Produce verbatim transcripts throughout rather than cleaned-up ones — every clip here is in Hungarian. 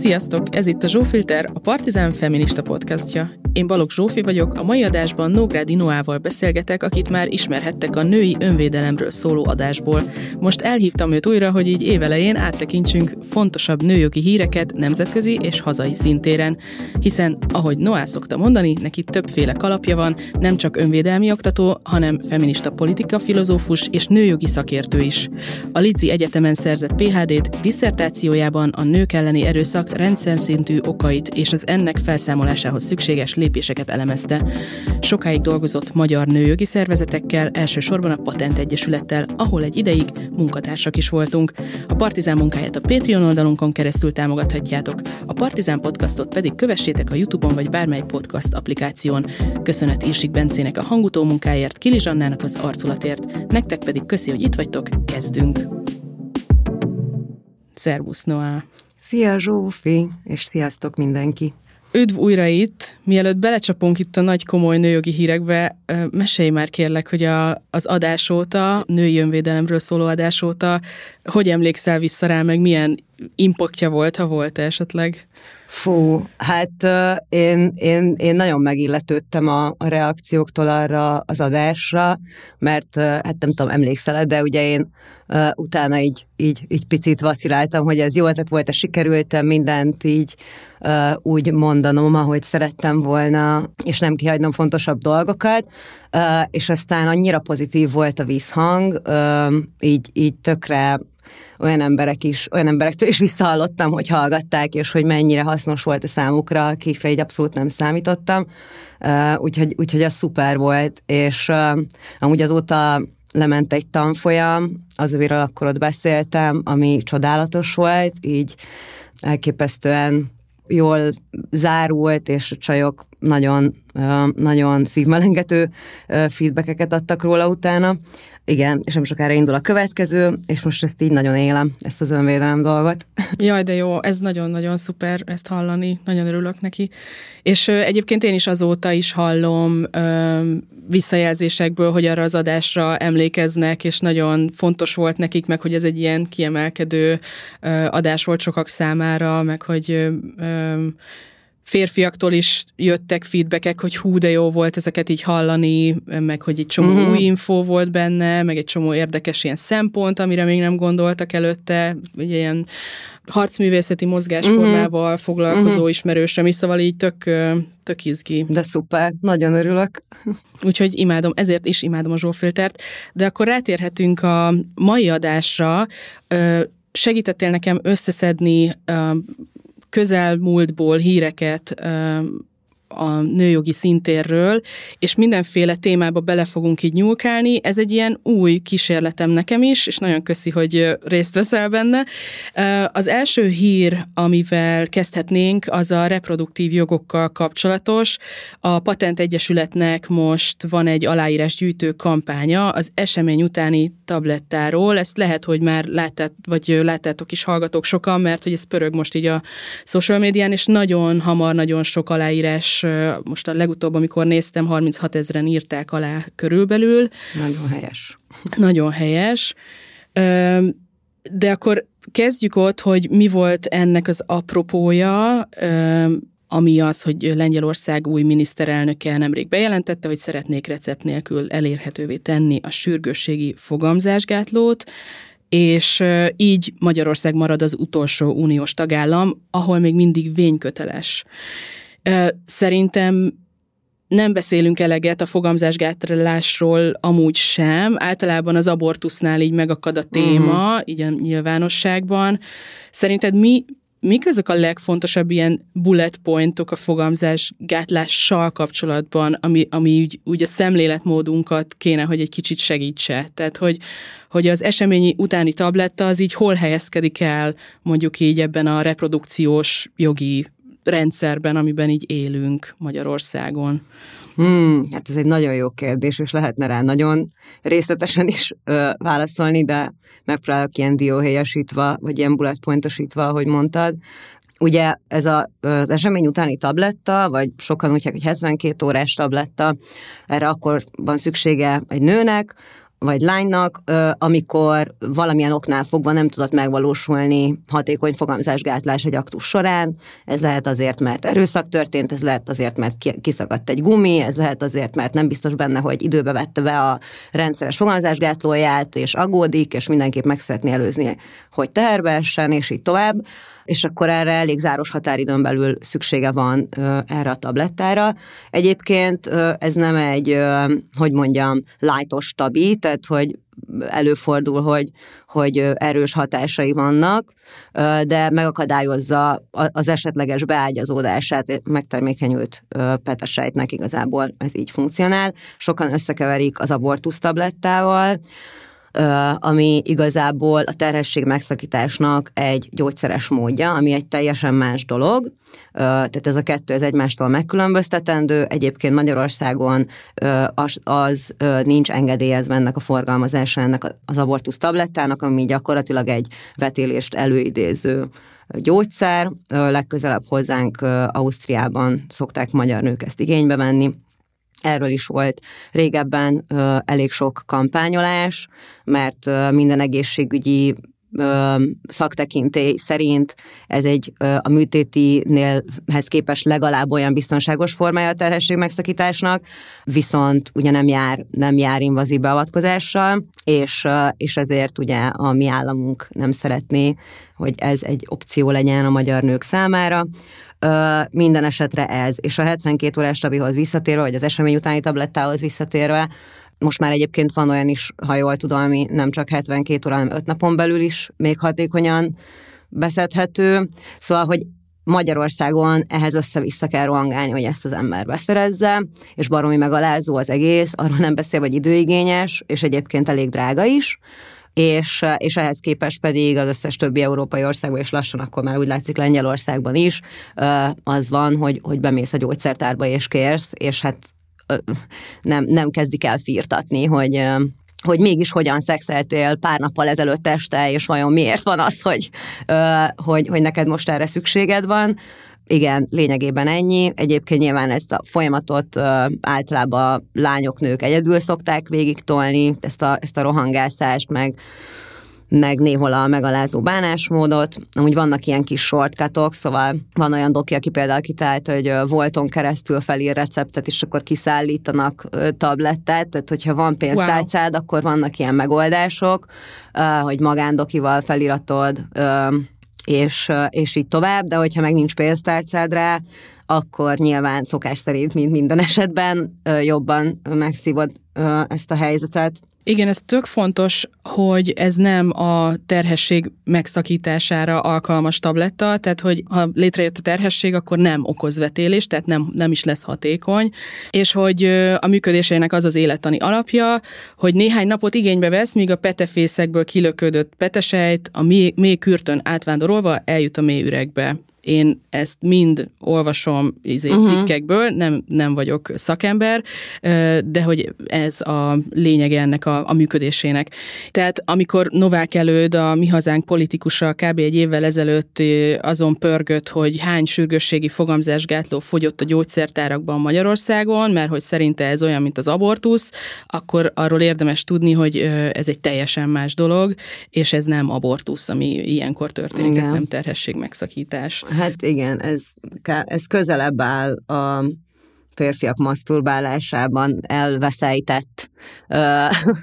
Sziasztok! Ez itt a Zsófilter, a Partizán feminista podcastja. Én Balogh Zsófi vagyok, a mai adásban Nógrádi Noával beszélgetek, akit már ismerhettek a női önvédelemről szóló adásból. Most elhívtam őt újra, hogy így évelején áttekintsünk fontosabb nőjogi híreket nemzetközi és hazai szintéren. Hiszen, ahogy Noá szokta mondani, neki többféle kalapja van, nem csak önvédelmi oktató, hanem feminista politika filozófus és nőjogi szakértő is. A Lidzi Egyetemen szerzett pé há dét, disszertációjában a nők elleni erőszak rendszer szintű okait és az ennek felszámolásához szükséges lépéseket elemezte. Sokáig dolgozott magyar nőjogi szervezetekkel, elsősorban a Patent Egyesülettel, ahol egy ideig munkatársak is voltunk. A Partizán munkáját a Patreon oldalunkon keresztül támogathatjátok, a Partizán podcastot pedig kövessétek a YouTube-on vagy bármely podcast applikáción. Köszönet Irsik Bencének a hangutó munkáért, Kili Zsannának az arculatért, nektek pedig köszi, hogy itt vagytok, kezdünk! Szervusz, Noá! Szia, Zsófi, és sziasztok mindenki! Üdv újra itt! Mielőtt belecsapunk itt a nagy komoly nőjogi hírekbe, mesélj már kérlek, hogy a, az adás óta, női önvédelemről szóló adás óta, hogy emlékszel vissza rá, meg milyen impactja volt, ha volt esetleg? Fú, hát uh, én, én, én nagyon megilletődtem a, a reakcióktól arra az adásra, mert uh, hát nem tudom, emlékszel, de ugye én uh, utána így, így, így picit vaciláltam, hogy ez jó ötlet volt, sikerült mindent így uh, úgy mondanom, ahogy szerettem volna, és nem kihagynom fontosabb dolgokat, uh, és aztán annyira pozitív volt a visszhang, uh, így, így tökre olyan emberek is, olyan emberektől is visszahallottam, hogy hallgatták, és hogy mennyire hasznos volt a számukra, akikre így abszolút nem számítottam. Uh, úgyhogy, úgyhogy az szuper volt, és uh, amúgy azóta lement egy tanfolyam, az, amiről akkor ott beszéltem, ami csodálatos volt, így elképesztően jól zárult, és a csajok nagyon, uh, nagyon szívmelengető uh, feedbackeket adtak róla utána. Igen, és nem sokára indul a következő, és most ezt így nagyon élem, ezt az önvédelem dolgot. Jaj, de jó, ez nagyon-nagyon szuper ezt hallani, nagyon örülök neki. És ö, egyébként én is azóta is hallom ö, visszajelzésekből, hogy arra az adásra emlékeznek, és nagyon fontos volt nekik, meg hogy ez egy ilyen kiemelkedő ö, adás volt sokak számára, meg hogy ö, ö, férfiaktól is jöttek feedbackek, hogy hú, de jó volt ezeket így hallani, meg hogy egy csomó uh-huh. új infó volt benne, meg egy csomó érdekes ilyen szempont, amire még nem gondoltak előtte, egy ilyen harcművészeti mozgásformával uh-huh. foglalkozó uh-huh. ismerősöm is, szóval így tök, tök izgi. De szuper, nagyon örülök. Úgyhogy imádom, ezért is imádom a Zsófiltert, de akkor rátérhetünk a mai adásra. Segítettél nekem összeszedni közelmúltból híreket a nőjogi szintérről, és mindenféle témába bele fogunk így nyúlkálni. Ez egy ilyen új kísérletem nekem is, és nagyon köszi, hogy részt veszel benne. Az első hír, amivel kezdhetnénk, az a reproduktív jogokkal kapcsolatos. A Patent Egyesületnek most van egy aláírásgyűjtő kampánya az esemény utáni tablettáról. Ezt lehet, hogy már láttát, vagy láttátok is, hallgatók sokan, mert hogy ez pörög most így a social médián, és nagyon hamar, nagyon sok aláírás. Most a legutóbb, amikor néztem, harminchat ezren írták alá körülbelül. Nagyon helyes. Nagyon helyes. De akkor kezdjük ott, hogy mi volt ennek az apropója, ami az, hogy Lengyelország új miniszterelnöke nemrég bejelentette, hogy szeretnék recept nélkül elérhetővé tenni a sürgősségi fogamzásgátlót, és így Magyarország marad az utolsó uniós tagállam, ahol még mindig vényköteles. Szerintem nem beszélünk eleget a fogamzásgátlásról amúgy sem. Általában az abortusznál így megakad a téma, uh-huh. így a nyilvánosságban. Szerinted mi, mik azok a legfontosabb ilyen bullet pointok a fogamzásgátlással kapcsolatban, ami, ami úgy, úgy a szemléletmódunkat kéne, hogy egy kicsit segítse? Tehát, hogy, hogy az eseményi utáni tabletta az így hol helyezkedik el, mondjuk így ebben a reprodukciós jogi rendszerben, amiben így élünk Magyarországon? Hmm, hát ez egy nagyon jó kérdés, és lehetne rá nagyon részletesen is ö, válaszolni, de megpróbálok ilyen dióhéjasítva, vagy ilyen bullet pointosítva, ahogy mondtad. Ugye ez a, az esemény utáni tabletta, vagy sokan úgy hívják, hogy hetvenkét órás tabletta, erre akkor van szüksége egy nőnek, vagy lánynak, amikor valamilyen oknál fogva nem tudott megvalósulni hatékony fogamzásgátlás egy aktus során. Ez lehet azért, mert erőszak történt, ez lehet azért, mert kiszakadt egy gumi, ez lehet azért, mert nem biztos benne, hogy időbe vette be a rendszeres fogamzásgátlóját, és aggódik, és mindenképp meg szeretné előzni, hogy teherbe essen, és így tovább. És akkor erre elég záros határidőn belül szüksége van ö, erre a tablettára. Egyébként ö, ez nem egy, ö, hogy mondjam, lightos tabi, tehát hogy előfordul, hogy, hogy erős hatásai vannak, ö, de megakadályozza az esetleges beágyazódását, megtermékenyült ö, petesejtnek igazából ez így funkcionál. Sokan összekeverik az abortusz tablettával, ami igazából a terhesség megszakításnak egy gyógyszeres módja, ami egy teljesen más dolog, tehát ez a kettő ez egymástól megkülönböztetendő. Egyébként Magyarországon az, az nincs engedélyezve ennek a forgalmazása ennek az abortusz tablettának, ami gyakorlatilag egy vetélést előidéző gyógyszer. Legközelebb hozzánk Ausztriában szokták magyar nők ezt igénybe venni. Erről is volt régebben ö, elég sok kampányolás, mert ö, minden egészségügyi ö, szaktekintély szerint ez egy ö, a műtétinélhez képest legalább olyan biztonságos formája a terhesség megszakításnak, viszont ugye nem jár, nem jár invazív beavatkozással, és, ö, és ezért ugye a mi államunk nem szeretné, hogy ez egy opció legyen a magyar nők számára. Ö, minden esetre ez, és a hetvenkét órás tabihoz visszatérve, vagy az esemény utáni tablettához visszatérve, most már egyébként van olyan is, ha jól tudom, ami nem csak hetvenkét óra, hanem öt napon belül is még hatékonyan beszedhető. Szóval, hogy Magyarországon ehhez össze-vissza kell rohangálni, hogy ezt az ember beszerezze, és baromi megalázó az egész, arról nem beszél, hogy időigényes, és egyébként elég drága is. És, és ehhez képest pedig az összes többi európai országban, és lassan akkor már úgy látszik Lengyelországban is, az van, hogy, hogy bemész a gyógyszertárba és kérsz, és hát nem, nem kezdik el firtatni, hogy, hogy mégis hogyan szexeltél pár nappal ezelőtt este, és vajon miért van az, hogy, hogy, hogy neked most erre szükséged van. Igen, lényegében ennyi. Egyébként nyilván ezt a folyamatot ö, általában lányok, nők egyedül szokták végigtolni, ezt a, ezt a rohangászást, meg, meg néhol a megalázó bánásmódot. Amúgy vannak ilyen kis shortcutok, szóval van olyan doki, aki például kitalált, hogy Volton keresztül felír receptet, és akkor kiszállítanak ö, tablettát, tehát hogyha van pénztárcád, wow. Akkor vannak ilyen megoldások, ö, hogy magándokival feliratod, ö, És, és így tovább, de hogyha meg nincs pénztárcád rá, akkor nyilván szokás szerint, mint minden esetben jobban megszívod ezt a helyzetet. Igen, ez tök fontos, hogy ez nem a terhesség megszakítására alkalmas tabletta, tehát hogy ha létrejött a terhesség, akkor nem okoz vetélést, tehát nem, nem is lesz hatékony, és hogy a működésének az az élettani alapja, hogy néhány napot igénybe vesz, míg a petefészekből kilöködött petesejt a mély, mély kürtön átvándorolva eljut a mély üregbe. Én ezt mind olvasom izé, uh-huh. cikkekből, nem, nem vagyok szakember, de hogy ez a lényege ennek a, a működésének. Tehát amikor Novák Előd, a Mi Hazánk politikusa kb. Egy évvel ezelőtt azon pörgött, hogy hány sürgősségi fogamzásgátló fogyott a gyógyszertárakban Magyarországon, mert hogy szerinte ez olyan, mint az abortusz, akkor arról érdemes tudni, hogy ez egy teljesen más dolog, és ez nem abortusz, ami ilyenkor történik, tehát nem terhesség megszakítás. Hát igen, ez, ez közelebb áll a férfiak maszturbálásában elveszejtett ö,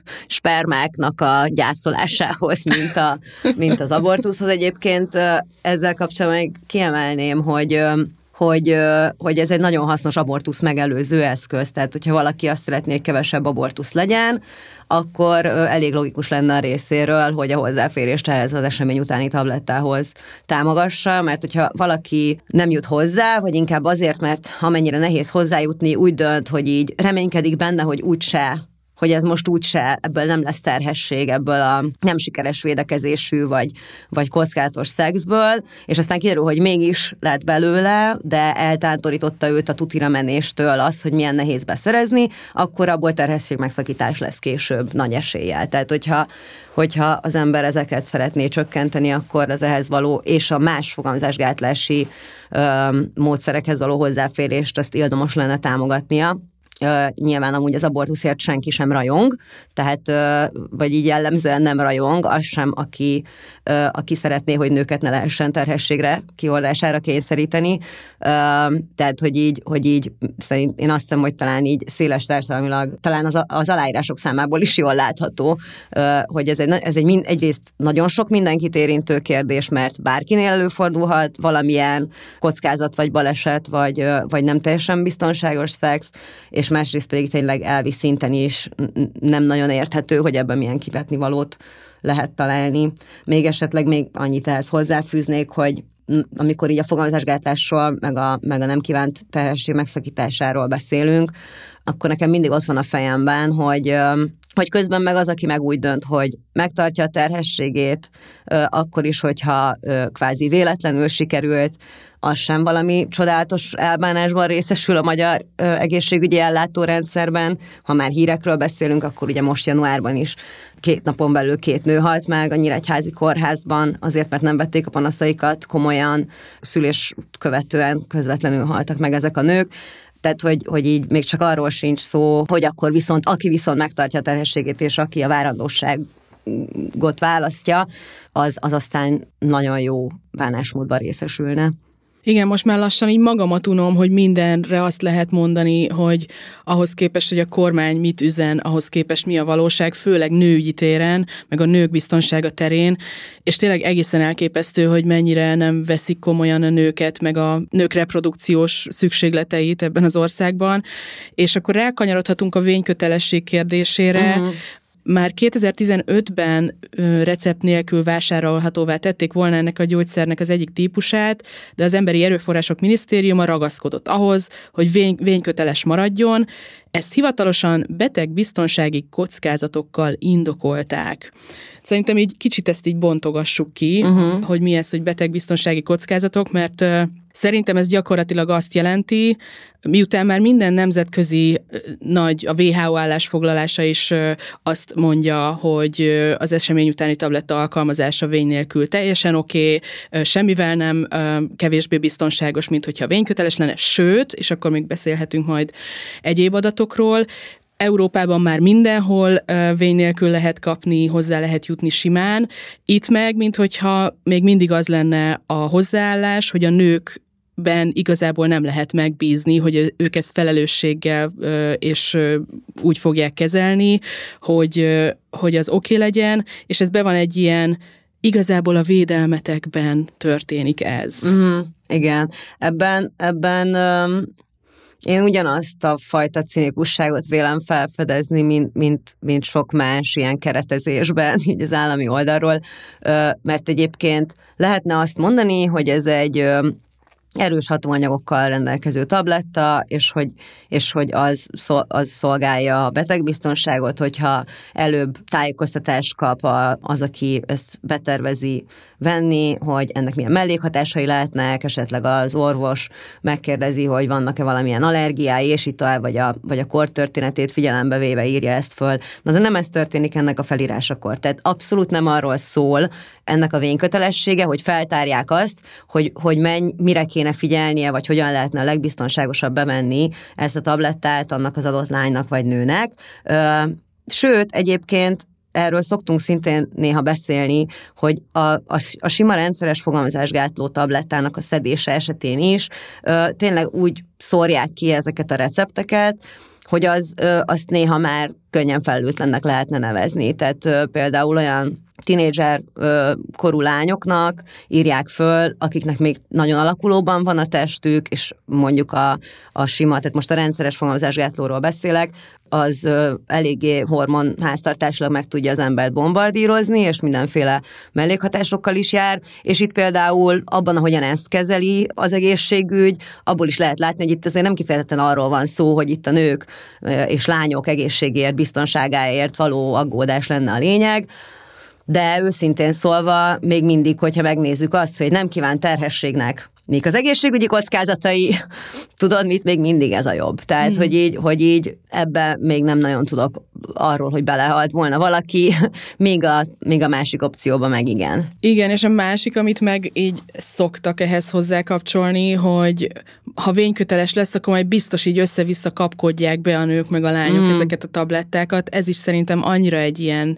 spermáknak a gyászolásához, mint, a, mint az abortuszhoz. Egyébként ö, ezzel kapcsolatban kiemelném, hogy ö, Hogy, hogy ez egy nagyon hasznos abortusz megelőző eszköz, tehát hogyha valaki azt szeretné, hogy kevesebb abortusz legyen, akkor elég logikus lenne a részéről, hogy a hozzáférést ehhez az esemény utáni tablettához támogassa, mert hogyha valaki nem jut hozzá, vagy inkább azért, mert amennyire nehéz hozzájutni, úgy dönt, hogy így reménykedik benne, hogy úgyse, hogy ez most úgyse, ebből nem lesz terhesség, ebből a nem sikeres védekezésű, vagy, vagy kockázatos szexből, és aztán kiderül, hogy mégis lett belőle, de eltántorította őt a tutira menéstől az, hogy milyen nehéz beszerezni, akkor abból terhesség megszakítás lesz később nagy eséllyel. Tehát, hogyha, hogyha az ember ezeket szeretné csökkenteni, akkor az ehhez való, és a más fogamzásgátlási ö, módszerekhez való hozzáférést, azt illdomos lenne támogatnia. Uh, nyilván amúgy az abortuszért senki sem rajong, tehát, uh, vagy így jellemzően nem rajong, az sem, aki, uh, aki szeretné, hogy nőket ne lehessen terhességre kioldására kényszeríteni. Uh, tehát, hogy így, hogy így szerint én azt hiszem, hogy talán így széles társadalmilag, talán az, az aláírások számából is jól látható, uh, hogy ez, egy, ez egy mind, egyrészt nagyon sok mindenkit érintő kérdés, mert bárkinél előfordulhat valamilyen kockázat, vagy baleset, vagy, uh, vagy nem teljesen biztonságos szex, és másrészt pedig tényleg elvi szinten is nem nagyon érthető, hogy ebben milyen kivetnivalót lehet találni. Még esetleg még annyit ehhez hozzáfűznék, hogy amikor így a fogamzásgátlásról, meg a, meg a nem kívánt terhesség megszakításáról beszélünk, akkor nekem mindig ott van a fejemben, hogy, hogy közben meg az, aki meg úgy dönt, hogy megtartja a terhességét, akkor is, hogyha kvázi véletlenül sikerült, az sem valami csodálatos elbánásban részesül a magyar ö, egészségügyi ellátórendszerben. Ha már hírekről beszélünk, akkor ugye most januárban is két napon belül két nő halt meg a Nyíregyházi kórházban, azért, mert nem vették a panaszaikat komolyan, szülés követően közvetlenül haltak meg ezek a nők. Tehát, hogy, hogy így még csak arról sincs szó, hogy akkor viszont, aki viszont megtartja a terhességét, és aki a várandóságot választja, az, az aztán nagyon jó bánásmódban részesülne. Igen, most már lassan így magamat unom, hogy mindenre azt lehet mondani, hogy ahhoz képest, hogy a kormány mit üzen, ahhoz képest mi a valóság, főleg nőügyi téren, meg a nők biztonsága terén, és tényleg egészen elképesztő, hogy mennyire nem veszik komolyan a nőket, meg a nők reprodukciós szükségleteit ebben az országban, és akkor rákanyarodhatunk a vénykötelesség kérdésére. Uh-huh. Már kétezer-tizenötben recept nélkül vásárolhatóvá tették volna ennek a gyógyszernek az egyik típusát, de az Emberi Erőforrások Minisztériuma ragaszkodott ahhoz, hogy vény, vényköteles maradjon. Ezt hivatalosan betegbiztonsági kockázatokkal indokolták. Szerintem így kicsit ezt így bontogassuk ki, uh-huh. hogy mi ez, hogy betegbiztonsági kockázatok, mert uh, szerintem ez gyakorlatilag azt jelenti, miután már minden nemzetközi uh, nagy, a dupla vé há ó állásfoglalása is uh, azt mondja, hogy uh, az esemény utáni tabletta alkalmazása vény nélkül teljesen oké, okay, uh, semmivel nem uh, kevésbé biztonságos, mint hogyha vényköteles lenne, sőt, és akkor még beszélhetünk majd egyéb adatokról, Európában már mindenhol uh, vény nélkül lehet kapni, hozzá lehet jutni simán. Itt meg, minthogyha még mindig az lenne a hozzáállás, hogy a nőkben igazából nem lehet megbízni, hogy ők ezt felelősséggel uh, és uh, úgy fogják kezelni, hogy, uh, hogy az oké okay legyen, és ez be van egy ilyen, igazából a védelmetekben történik ez. Mm, igen, ebben... ebben um... Én ugyanazt a fajta cinikusságot vélem felfedezni, mint, mint, mint sok más ilyen keretezésben, így az állami oldalról, mert egyébként lehetne azt mondani, hogy ez egy erős hatóanyagokkal rendelkező tabletta, és hogy, és hogy az, az szolgálja a betegbiztonságot, hogyha előbb tájékoztatást kap az, aki ezt betervezi venni, hogy ennek milyen mellékhatásai lehetnek, esetleg az orvos megkérdezi, hogy vannak-e valamilyen allergiái, és itt tovább, vagy a, vagy a kortörténetét figyelembe véve írja ezt föl. Na de nem ez történik ennek a felírásakor. Tehát abszolút nem arról szól ennek a vénykötelessége, hogy feltárják azt, hogy, hogy menj, mire kéne figyelnie, vagy hogyan lehetne a legbiztonságosabb bevenni ezt a tablettát annak az adott lánynak vagy nőnek. Sőt, egyébként erről szoktunk szintén néha beszélni, hogy a, a, a sima rendszeres fogamzásgátló tablettának a szedése esetén is ö, tényleg úgy szórják ki ezeket a recepteket, hogy az, ö, azt néha már könnyen felelőtlennek lehetne nevezni. Tehát ö, például olyan tínédzser korú lányoknak írják föl, akiknek még nagyon alakulóban van a testük, és mondjuk a, a sima, tehát most a rendszeres fogamzásgátlóról beszélek, az ö, eléggé hormon háztartásilag meg tudja az embert bombardírozni, és mindenféle mellékhatásokkal is jár, és itt például abban, ahogyan ezt kezeli az egészségügy, abból is lehet látni, hogy itt azért nem kifejezetten arról van szó, hogy itt a nők és lányok egészségéért, biztonságáért való aggódás lenne a lényeg, de őszintén szólva még mindig, hogyha megnézzük azt, hogy nem kívánt terhességnek Míg az egészségügyi kockázatai, tudod mit, még mindig ez a jobb. Tehát, mm. hogy, így, hogy így ebbe még nem nagyon tudok arról, hogy belehalt volna valaki, még a, még a másik opcióba meg igen. Igen, és a másik, amit meg így szoktak ehhez hozzákapcsolni, hogy ha vényköteles lesz, akkor majd biztos így össze-vissza kapkodják be a nők meg a lányok mm. ezeket a tablettákat. Ez is szerintem annyira egy ilyen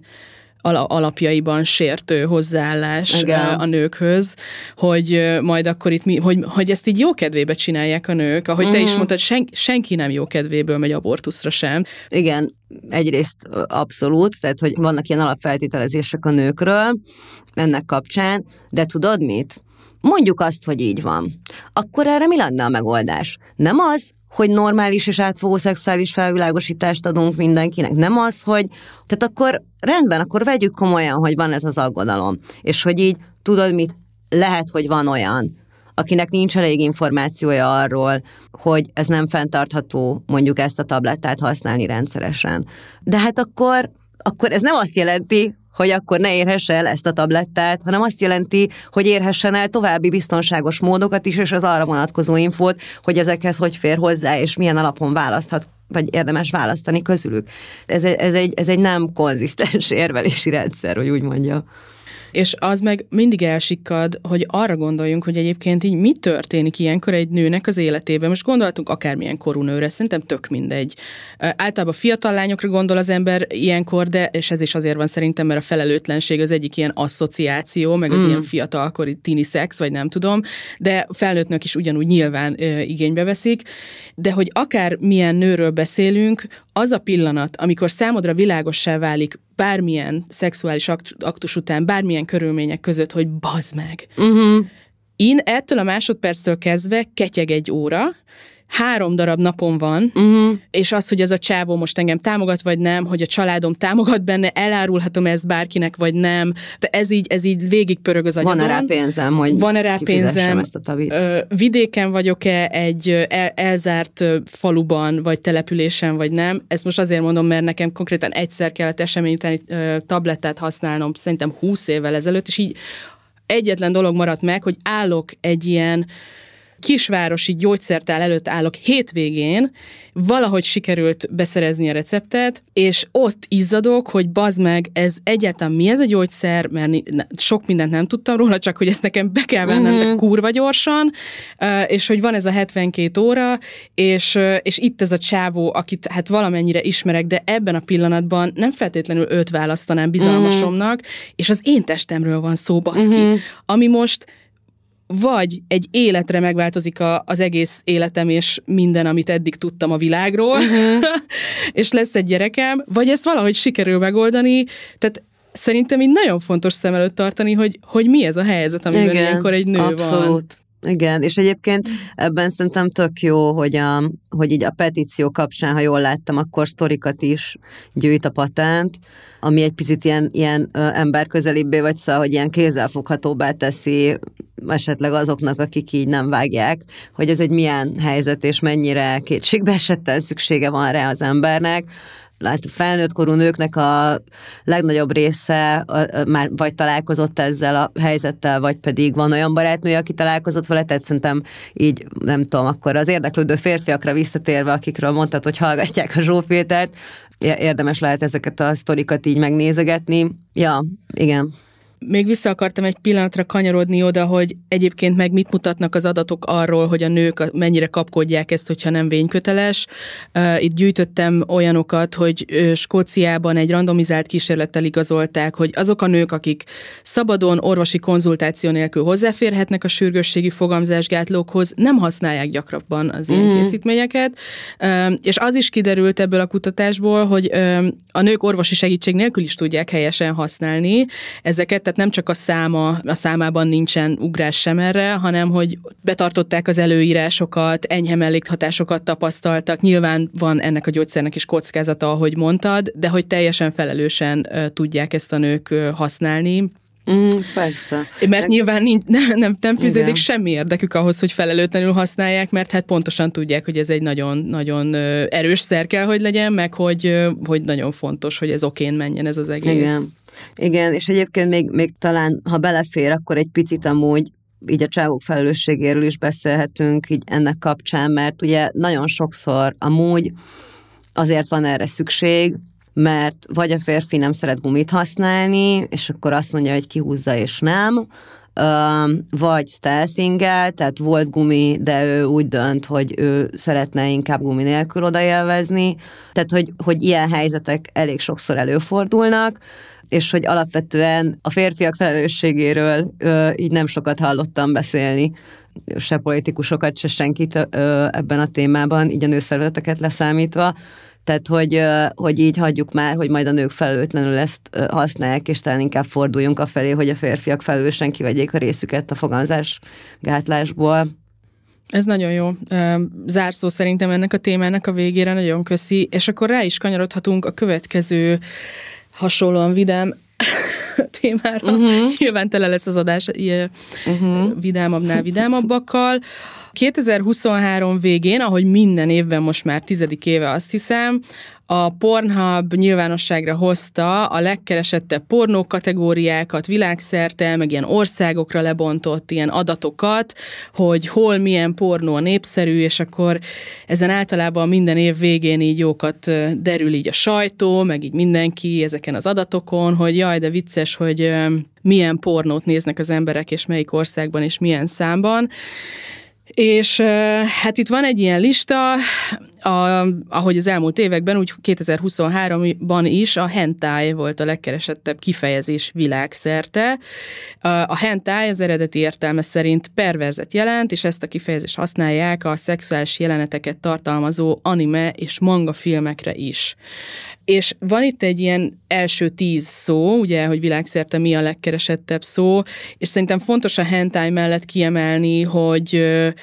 alapjaiban sértő hozzáállás igen. a nőkhöz, hogy majd akkor itt mi, hogy, hogy ezt így jó kedvébe csinálják a nők, ahogy uh-huh. te is mondtad, sen, senki nem jó kedvéből megy abortuszra sem. Igen, egyrészt abszolút, tehát hogy vannak ilyen alapfeltételezések a nőkről ennek kapcsán, de tudod mit? Mondjuk azt, hogy így van. Akkor erre mi lenne a megoldás? Nem az, hogy normális és átfogó szexuális felvilágosítást adunk mindenkinek. Nem az, hogy... Tehát akkor rendben, akkor vegyük komolyan, hogy van ez az aggodalom. És hogy így, tudod mit, lehet, hogy van olyan, akinek nincs elég információja arról, hogy ez nem fenntartható, mondjuk ezt a tablettát használni rendszeresen. De hát akkor, akkor ez nem azt jelenti, hogy akkor ne érhesse el ezt a tablettát, hanem azt jelenti, hogy érhessen el további biztonságos módokat is, és az arra vonatkozó infót, hogy ezekhez hogy fér hozzá, és milyen alapon választhat, vagy érdemes választani közülük. Ez, ez, egy, ez egy nem konzisztens érvelési rendszer, hogy úgy mondja. És az meg mindig elsikkad, hogy arra gondoljunk, hogy egyébként így mi történik ilyenkor egy nőnek az életében. Most gondoltunk akármilyen korú nőre, szerintem tök mindegy. Általában fiatal lányokra gondol az ember ilyenkor, de és ez is azért van szerintem, mert a felelőtlenség az egyik ilyen asszociáció, meg az mm. ilyen fiatalkori tini szex, vagy nem tudom, de felnőttnek is ugyanúgy nyilván ö, igénybe veszik. De hogy akár milyen nőről beszélünk, az a pillanat, amikor számodra világossá válik bármilyen szexuális aktus után, bármilyen körülmények között, hogy bazd meg. Uh-huh. Én ettől a másodperctől kezdve ketyeg egy óra, három darab napom van, uh-huh. és az, hogy ez a csávó most engem támogat, vagy nem, hogy a családom támogat benne, elárulhatom ezt bárkinek, vagy nem. De ez így, ez így végigpörög az agyadon. Van-e rá pénzem, hogy Van-e rá pénzem, ezt a tavit? Vidéken vagyok-e egy el, elzárt faluban, vagy településen, vagy nem. Ezt most azért mondom, mert nekem konkrétan egyszer kellett esemény utáni tablettát használnom, szerintem húsz évvel ezelőtt, és így egyetlen dolog maradt meg, hogy állok egy ilyen kisvárosi gyógyszertár előtt állok hétvégén, valahogy sikerült beszerezni a receptet, és ott izzadok, hogy bazd meg, ez egyáltalán mi ez a gyógyszer, mert sok mindent nem tudtam róla, csak hogy ezt nekem be kell vennem mm-hmm. kurva gyorsan, és hogy van ez a hetvenkét óra, és, és itt ez a csávó, akit hát valamennyire ismerek, de ebben a pillanatban nem feltétlenül őt választanám bizalmasomnak, mm-hmm. és az én testemről van szó, baszki, mm-hmm. ami most vagy egy életre megváltozik a, az egész életem, és minden, amit eddig tudtam a világról, uh-huh. és lesz egy gyerekem, vagy ezt valahogy sikerül megoldani, tehát szerintem így nagyon fontos szem előtt tartani, hogy, hogy mi ez a helyzet, amiben igen, ilyenkor egy nő abszolút. van. Igen, és egyébként ebben szerintem tök jó, hogy, a, hogy így a petíció kapcsán, ha jól láttam, akkor sztorikat is gyűjt a Patent, ami egy picit ilyen, ilyen emberközelibbé, vagy szóval, hogy ilyen kézzelfoghatóbbá teszi esetleg azoknak, akik így nem vágják, hogy ez egy milyen helyzet, és mennyire kétségbeesetten szüksége van rá az embernek. Lát, a felnőtt korú nőknek a legnagyobb része a, a, már vagy találkozott ezzel a helyzettel, vagy pedig van olyan barátnője, aki találkozott vele, tehát szerintem így, nem tudom, akkor az érdeklődő férfiakra visszatérve, akikről mondtad, hogy hallgatják a Zsófiltert, érdemes lehet ezeket a sztorikat így megnézegetni. Ja, igen. Még vissza akartam egy pillanatra kanyarodni oda, hogy egyébként meg mit mutatnak az adatok arról, hogy a nők mennyire kapkodják ezt, hogyha nem vényköteles. Itt gyűjtöttem olyanokat, hogy Skóciában egy randomizált kísérlettel igazolták, hogy azok a nők, akik szabadon orvosi konzultáció nélkül hozzáférhetnek a sürgősségi fogamzásgátlókhoz, nem használják gyakrabban az ilyen mm. készítményeket. És az is kiderült ebből a kutatásból, hogy a nők orvosi segítség nélkül is tudják helyesen használni ezeket, tehát nem csak a száma, a számában nincsen ugrás sem erre, hanem hogy betartották az előírásokat, enyhe mellékhatásokat tapasztaltak. Nyilván van ennek a gyógyszernek is kockázata, ahogy mondtad, de hogy teljesen felelősen uh, tudják ezt a nők uh, használni. Mm, persze. Mert nyilván nincs, nem, nem, nem fűződik igen. semmi érdekük ahhoz, hogy felelőtlenül használják, mert hát pontosan tudják, hogy ez egy nagyon-nagyon erős szer kell, hogy legyen, meg hogy, hogy nagyon fontos, hogy ez okén menjen ez az egész. Igen. Igen, és egyébként még, még talán, ha belefér, akkor egy picit amúgy így a csávók felelősségéről is beszélhetünk így ennek kapcsán, mert ugye nagyon sokszor amúgy azért van erre szükség, mert vagy a férfi nem szeret gumit használni, és akkor azt mondja, hogy kihúzza és nem, vagy stealthingel, tehát volt gumi, de ő úgy dönt, hogy ő szeretne inkább gumi nélkül odaélvezni, tehát hogy, hogy ilyen helyzetek elég sokszor előfordulnak, és hogy alapvetően a férfiak felelősségéről ö, így nem sokat hallottam beszélni, se politikusokat, se senkit ö, ebben a témában, így a nőszervezeteket leszámítva. Tehát, hogy, hogy így hagyjuk már, hogy majd a nők felelőtlenül ezt használják, és talán inkább forduljunk afelé, hogy a férfiak felelősen kivegyék a részüket a fogamzásgátlásból. Ez nagyon jó. Zárszó szerintem ennek a témának a végére, nagyon köszi, és akkor rá is kanyarodhatunk a következő hasonlóan vidám témára. Uh-huh. Nyilván tele lesz az adás ilyen uh-huh. vidámabbnál vidámabbakkal. kétezer-huszonhárom végén, ahogy minden évben most már tizedik éve azt hiszem, a Pornhub nyilvánosságra hozta a legkeresettebb pornó kategóriákat világszerte, meg ilyen országokra lebontott ilyen adatokat, hogy hol milyen pornó a népszerű, és akkor ezen általában minden év végén így jókat derül így a sajtó, meg így mindenki ezeken az adatokon, hogy jaj, de vicces, hogy milyen pornót néznek az emberek, és melyik országban, és milyen számban. És hát itt van egy ilyen lista, a, ahogy az elmúlt években, úgy kétezer-huszonháromban is a hentai volt a legkeresettebb kifejezés világszerte. A hentai az eredeti értelme szerint perverzet jelent, és ezt a kifejezést használják a szexuális jeleneteket tartalmazó anime és manga filmekre is. És van itt egy ilyen első tíz szó, ugye, hogy világszerte mi a legkeresettebb szó, és szerintem fontos a hentai mellett kiemelni, hogy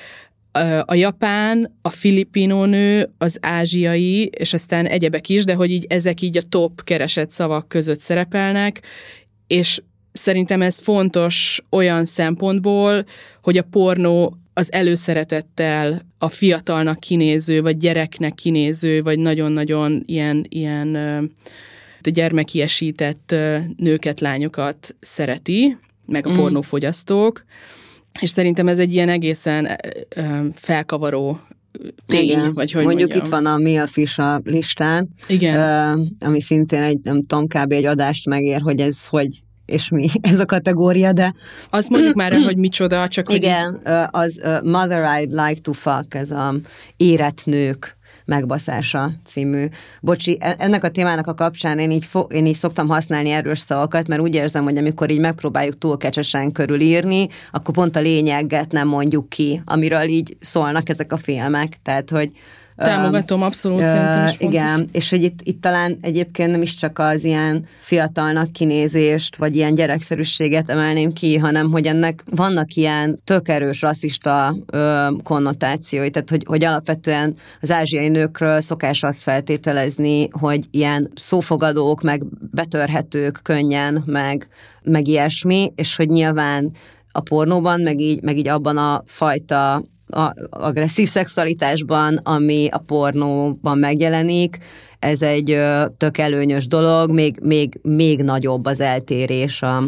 a japán, a filipino nő, az ázsiai, és aztán egyebek is, de hogy így ezek így a top keresett szavak között szerepelnek, és szerintem ez fontos olyan szempontból, hogy a pornó az előszeretettel a fiatalnak kinéző, vagy gyereknek kinéző, vagy nagyon-nagyon ilyen, ilyen gyermekiesített nőket, lányokat szereti, meg a mm. pornófogyasztók, és szerintem ez egy ilyen egészen felkavaró tény, igen. vagy hogy mondjuk mondjam. Itt van a MILF is a listán, igen. Uh, ami szintén egy, nem tudom, kb. Egy adást megér, hogy ez hogy és mi ez a kategória, de... Azt mondjuk már el, hogy micsoda, csak igen, hogy... az uh, Mother I'd Like to Fuck, ez a érett nők megbaszása című. Bocsi, ennek a témának a kapcsán én így, fo- én így szoktam használni erős szavakat, mert úgy érzem, hogy amikor így megpróbáljuk túl kecsesen körülírni, akkor pont a lényeget nem mondjuk ki, amiről így szólnak ezek a filmek. Tehát, hogy támogatom, abszolút, uh, szerintem is fontos. Igen, és hogy itt, itt talán egyébként nem is csak az ilyen fiatalnak kinézést, vagy ilyen gyerekszerűséget emelném ki, hanem hogy ennek vannak ilyen tök erős rasszista ö, konnotációi, tehát hogy, hogy alapvetően az ázsiai nőkről szokás azt feltételezni, hogy ilyen szófogadók, meg betörhetők könnyen, meg, meg ilyesmi, és hogy nyilván a pornóban, meg így, meg így abban a fajta a agresszív szexualitásban, ami a pornóban megjelenik, ez egy ö, tök előnyös dolog, még, még, még nagyobb az eltérés, a,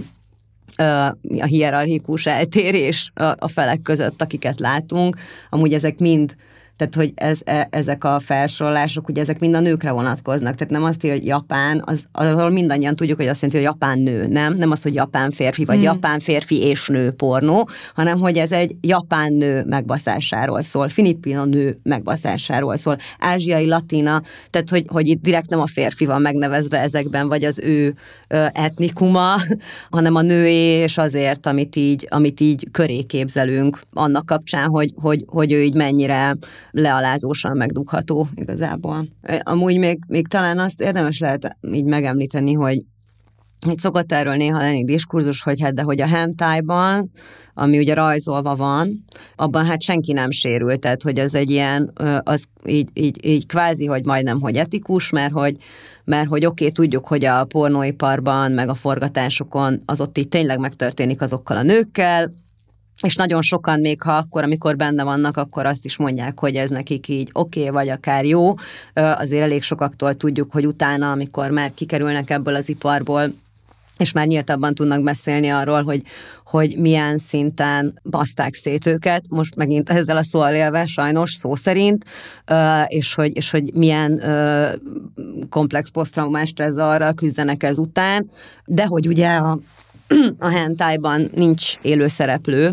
a hierarchikus eltérés a, a felek között, akiket látunk. Amúgy ezek mind, tehát hogy ez, e, ezek a felsorolások, ugye ezek mind a nőkre vonatkoznak, tehát nem azt írja, hogy japán, az, arról mindannyian tudjuk, hogy azt jelenti, hogy japán nő, nem? Nem az, hogy japán férfi, vagy hmm. japán férfi és nő pornó, hanem hogy ez egy japán nő megbaszásáról szól, filipino nő megbaszásáról szól, ázsiai, latina, tehát hogy, hogy itt direkt nem a férfi van megnevezve ezekben, vagy az ő ö, etnikuma, hanem a nőé, és azért, amit így, amit így köré képzelünk annak kapcsán, hogy, hogy, hogy ő így mennyire lealázósan megdugható igazából. Amúgy még, még talán azt érdemes lehet így megemlíteni, hogy itt szokott erről néha lenni diskurzus, hogy hát de hogy a hentai-ban, ami ugye rajzolva van, abban hát senki nem sérül, tehát hogy ez egy ilyen, az így, így, így kvázi, hogy majdnem, hogy etikus, mert hogy, mert hogy oké, okay, tudjuk, hogy a pornóiparban, meg a forgatásokon az ott így tényleg megtörténik azokkal a nőkkel, és nagyon sokan még ha akkor, amikor benne vannak, akkor azt is mondják, hogy ez nekik így oké, okay, vagy akár jó. Azért elég sokaktól tudjuk, hogy utána, amikor már kikerülnek ebből az iparból, és már nyíltabban tudnak beszélni arról, hogy, hogy milyen szinten baszták szét őket, most megint ezzel a szóval élve, sajnos szó szerint, és hogy, és hogy milyen komplex posztraumás stresszavarral küzdenek ez után, de hogy ugye a, a hentájban nincs élő szereplő,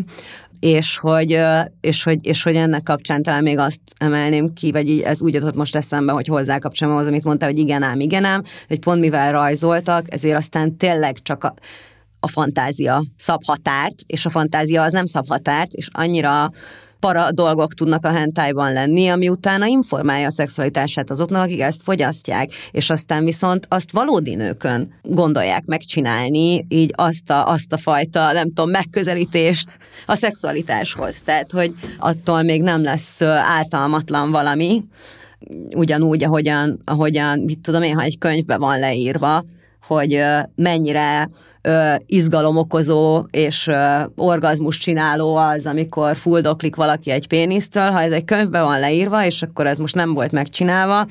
és hogy, és, hogy, és hogy ennek kapcsán talán még azt emelném ki, vagy így ez úgy jutott most eszembe, hogy hozzákapcsolom ahhoz, amit mondtál, hogy igen ám, igen ám, hogy pont mivel rajzoltak, ezért aztán tényleg csak a, a fantázia szab határt, és a fantázia az nem szab határt, és annyira para dolgok tudnak a hentájban lenni, ami utána informálja a szexualitását azoknak, akik ezt fogyasztják, és aztán viszont azt valódi nőkön gondolják megcsinálni, így azt a, azt a fajta, nem tudom, megközelítést a szexualitáshoz. Tehát, hogy attól még nem lesz ártalmatlan valami, ugyanúgy, ahogyan, ahogyan mit tudom én, ha egy könyvben van leírva, hogy mennyire Ö, izgalomokozó és ö, orgazmus csináló az, amikor fuldoklik valaki egy pénisztől, ha ez egy könyvben van leírva, és akkor ez most nem volt megcsinálva,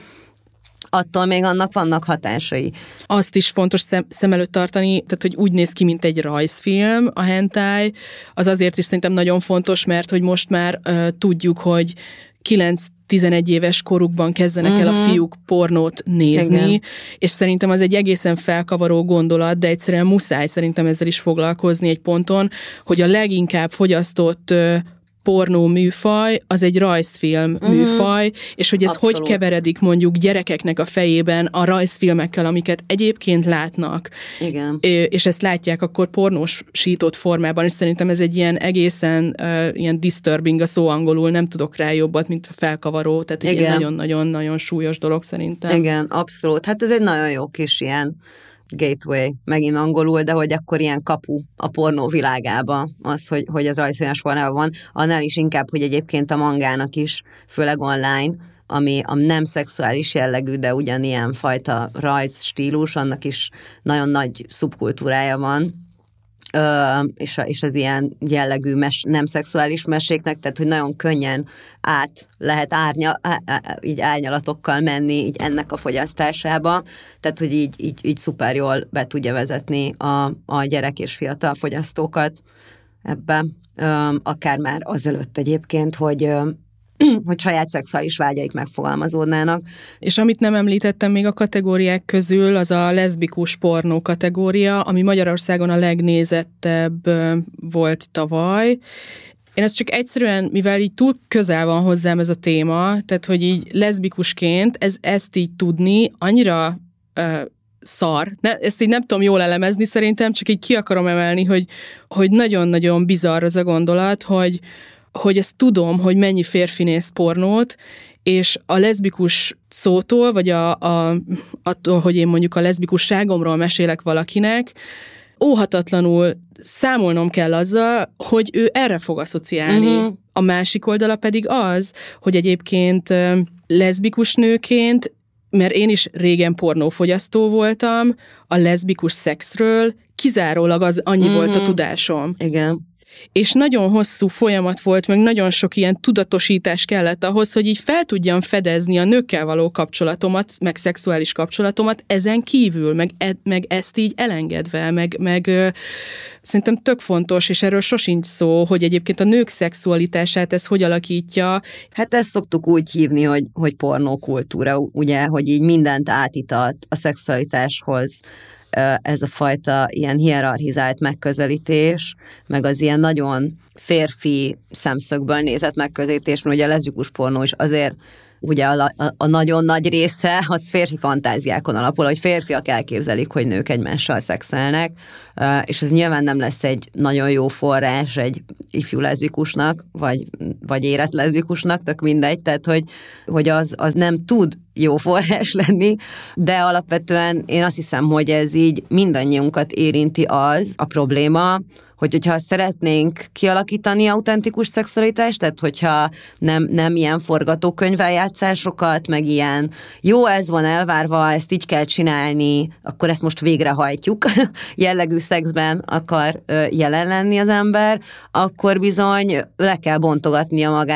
attól még annak vannak hatásai. Azt is fontos szem, szem előtt tartani, tehát hogy úgy néz ki, mint egy rajzfilm a hentai, az azért is szerintem nagyon fontos, mert hogy most már ö, tudjuk, hogy kilenc-tizenegy éves korukban kezdenek uh-huh. el a fiúk pornót nézni, igen. És szerintem az egy egészen felkavaró gondolat, de egyszerűen muszáj szerintem ezzel is foglalkozni egy ponton, hogy a leginkább fogyasztott pornó műfaj, az egy rajzfilm uh-huh. műfaj, és hogy ez Abszolút. Hogy keveredik mondjuk gyerekeknek a fejében a rajzfilmekkel, amiket egyébként látnak. Igen. És ezt látják akkor pornósított formában, és szerintem ez egy ilyen egészen uh, ilyen disturbing a szó angolul, nem tudok rá jobbat, mint a felkavaró, tehát egy nagyon-nagyon-nagyon súlyos dolog szerintem. Igen, abszolút. Hát ez egy nagyon jó kis ilyen gateway, megint angolul, de hogy akkor ilyen kapu a pornó világába az, hogy, hogy ez rajzfilmes formában van, annál is inkább, hogy egyébként a mangának is, főleg online, ami a nem szexuális jellegű, de ugyanilyen fajta rajzstílus, annak is nagyon nagy szubkultúrája van, Ö, és, a, és az ilyen jellegű mes, nem szexuális meséknek, tehát hogy nagyon könnyen át lehet árnya, á, á, így árnyalatokkal menni így ennek a fogyasztásába, tehát hogy így, így, így szuper jól be tudja vezetni a, a gyerek és fiatal fogyasztókat ebbe, Ö, akár már azelőtt egyébként, hogy hogy saját szexuális vágyaik megfogalmazódnának. És amit nem említettem még a kategóriák közül, az a leszbikus pornó kategória, ami Magyarországon a legnézettebb volt tavaly. Én ezt csak egyszerűen, mivel így túl közel van hozzám ez a téma, tehát hogy így leszbikusként ez, ezt így tudni annyira uh, szar. Ne, ezt így nem tudom jól elemezni szerintem, csak így ki akarom emelni, hogy, hogy nagyon-nagyon bizarr az a gondolat, hogy hogy ezt tudom, hogy mennyi férfi néz pornót, és a leszbikus szótól, vagy a, a, attól, hogy én mondjuk a leszbikusságomról mesélek valakinek, óhatatlanul számolnom kell azzal, hogy ő erre fog asszociálni. Uh-huh. A másik oldala pedig az, hogy egyébként leszbikus nőként, mert én is régen pornófogyasztó voltam, a leszbikus szexről kizárólag az annyi uh-huh. volt a tudásom. Igen. És nagyon hosszú folyamat volt, meg nagyon sok ilyen tudatosítás kellett ahhoz, hogy így fel tudjam fedezni a nőkkel való kapcsolatomat, meg szexuális kapcsolatomat ezen kívül, meg, e, meg ezt így elengedve, meg, meg ö, szerintem tök fontos, és erről sosincs szó, hogy egyébként a nők szexualitását ez hogy alakítja. Hát ezt szoktuk úgy hívni, hogy, hogy pornókultúra, ugye, hogy így mindent átitat a szexualitáshoz, ez a fajta ilyen hierarchizált megközelítés, meg az ilyen nagyon férfi szemszögből nézett megközelítés, mert ugye a leszbikus pornó is azért ugye a, a, a nagyon nagy része az férfi fantáziákon alapul, hogy férfiak elképzelik, hogy nők egymással szexelnek, és ez nyilván nem lesz egy nagyon jó forrás egy ifjú leszbikusnak, vagy, vagy érett leszbikusnak, tök mindegy, tehát hogy, hogy az, az nem tud jó forrás lenni, de alapvetően én azt hiszem, hogy ez így mindannyiunkat érinti az a probléma, hogy hogyha szeretnénk kialakítani autentikus szexualitást, tehát hogyha nem, nem ilyen forgatókönyveljátszásokat, meg ilyen jó, ez van elvárva, ezt így kell csinálni, akkor ezt most végrehajtjuk, jellegű szexben akar jelen lenni az ember, akkor bizony le kell bontogatnia magá,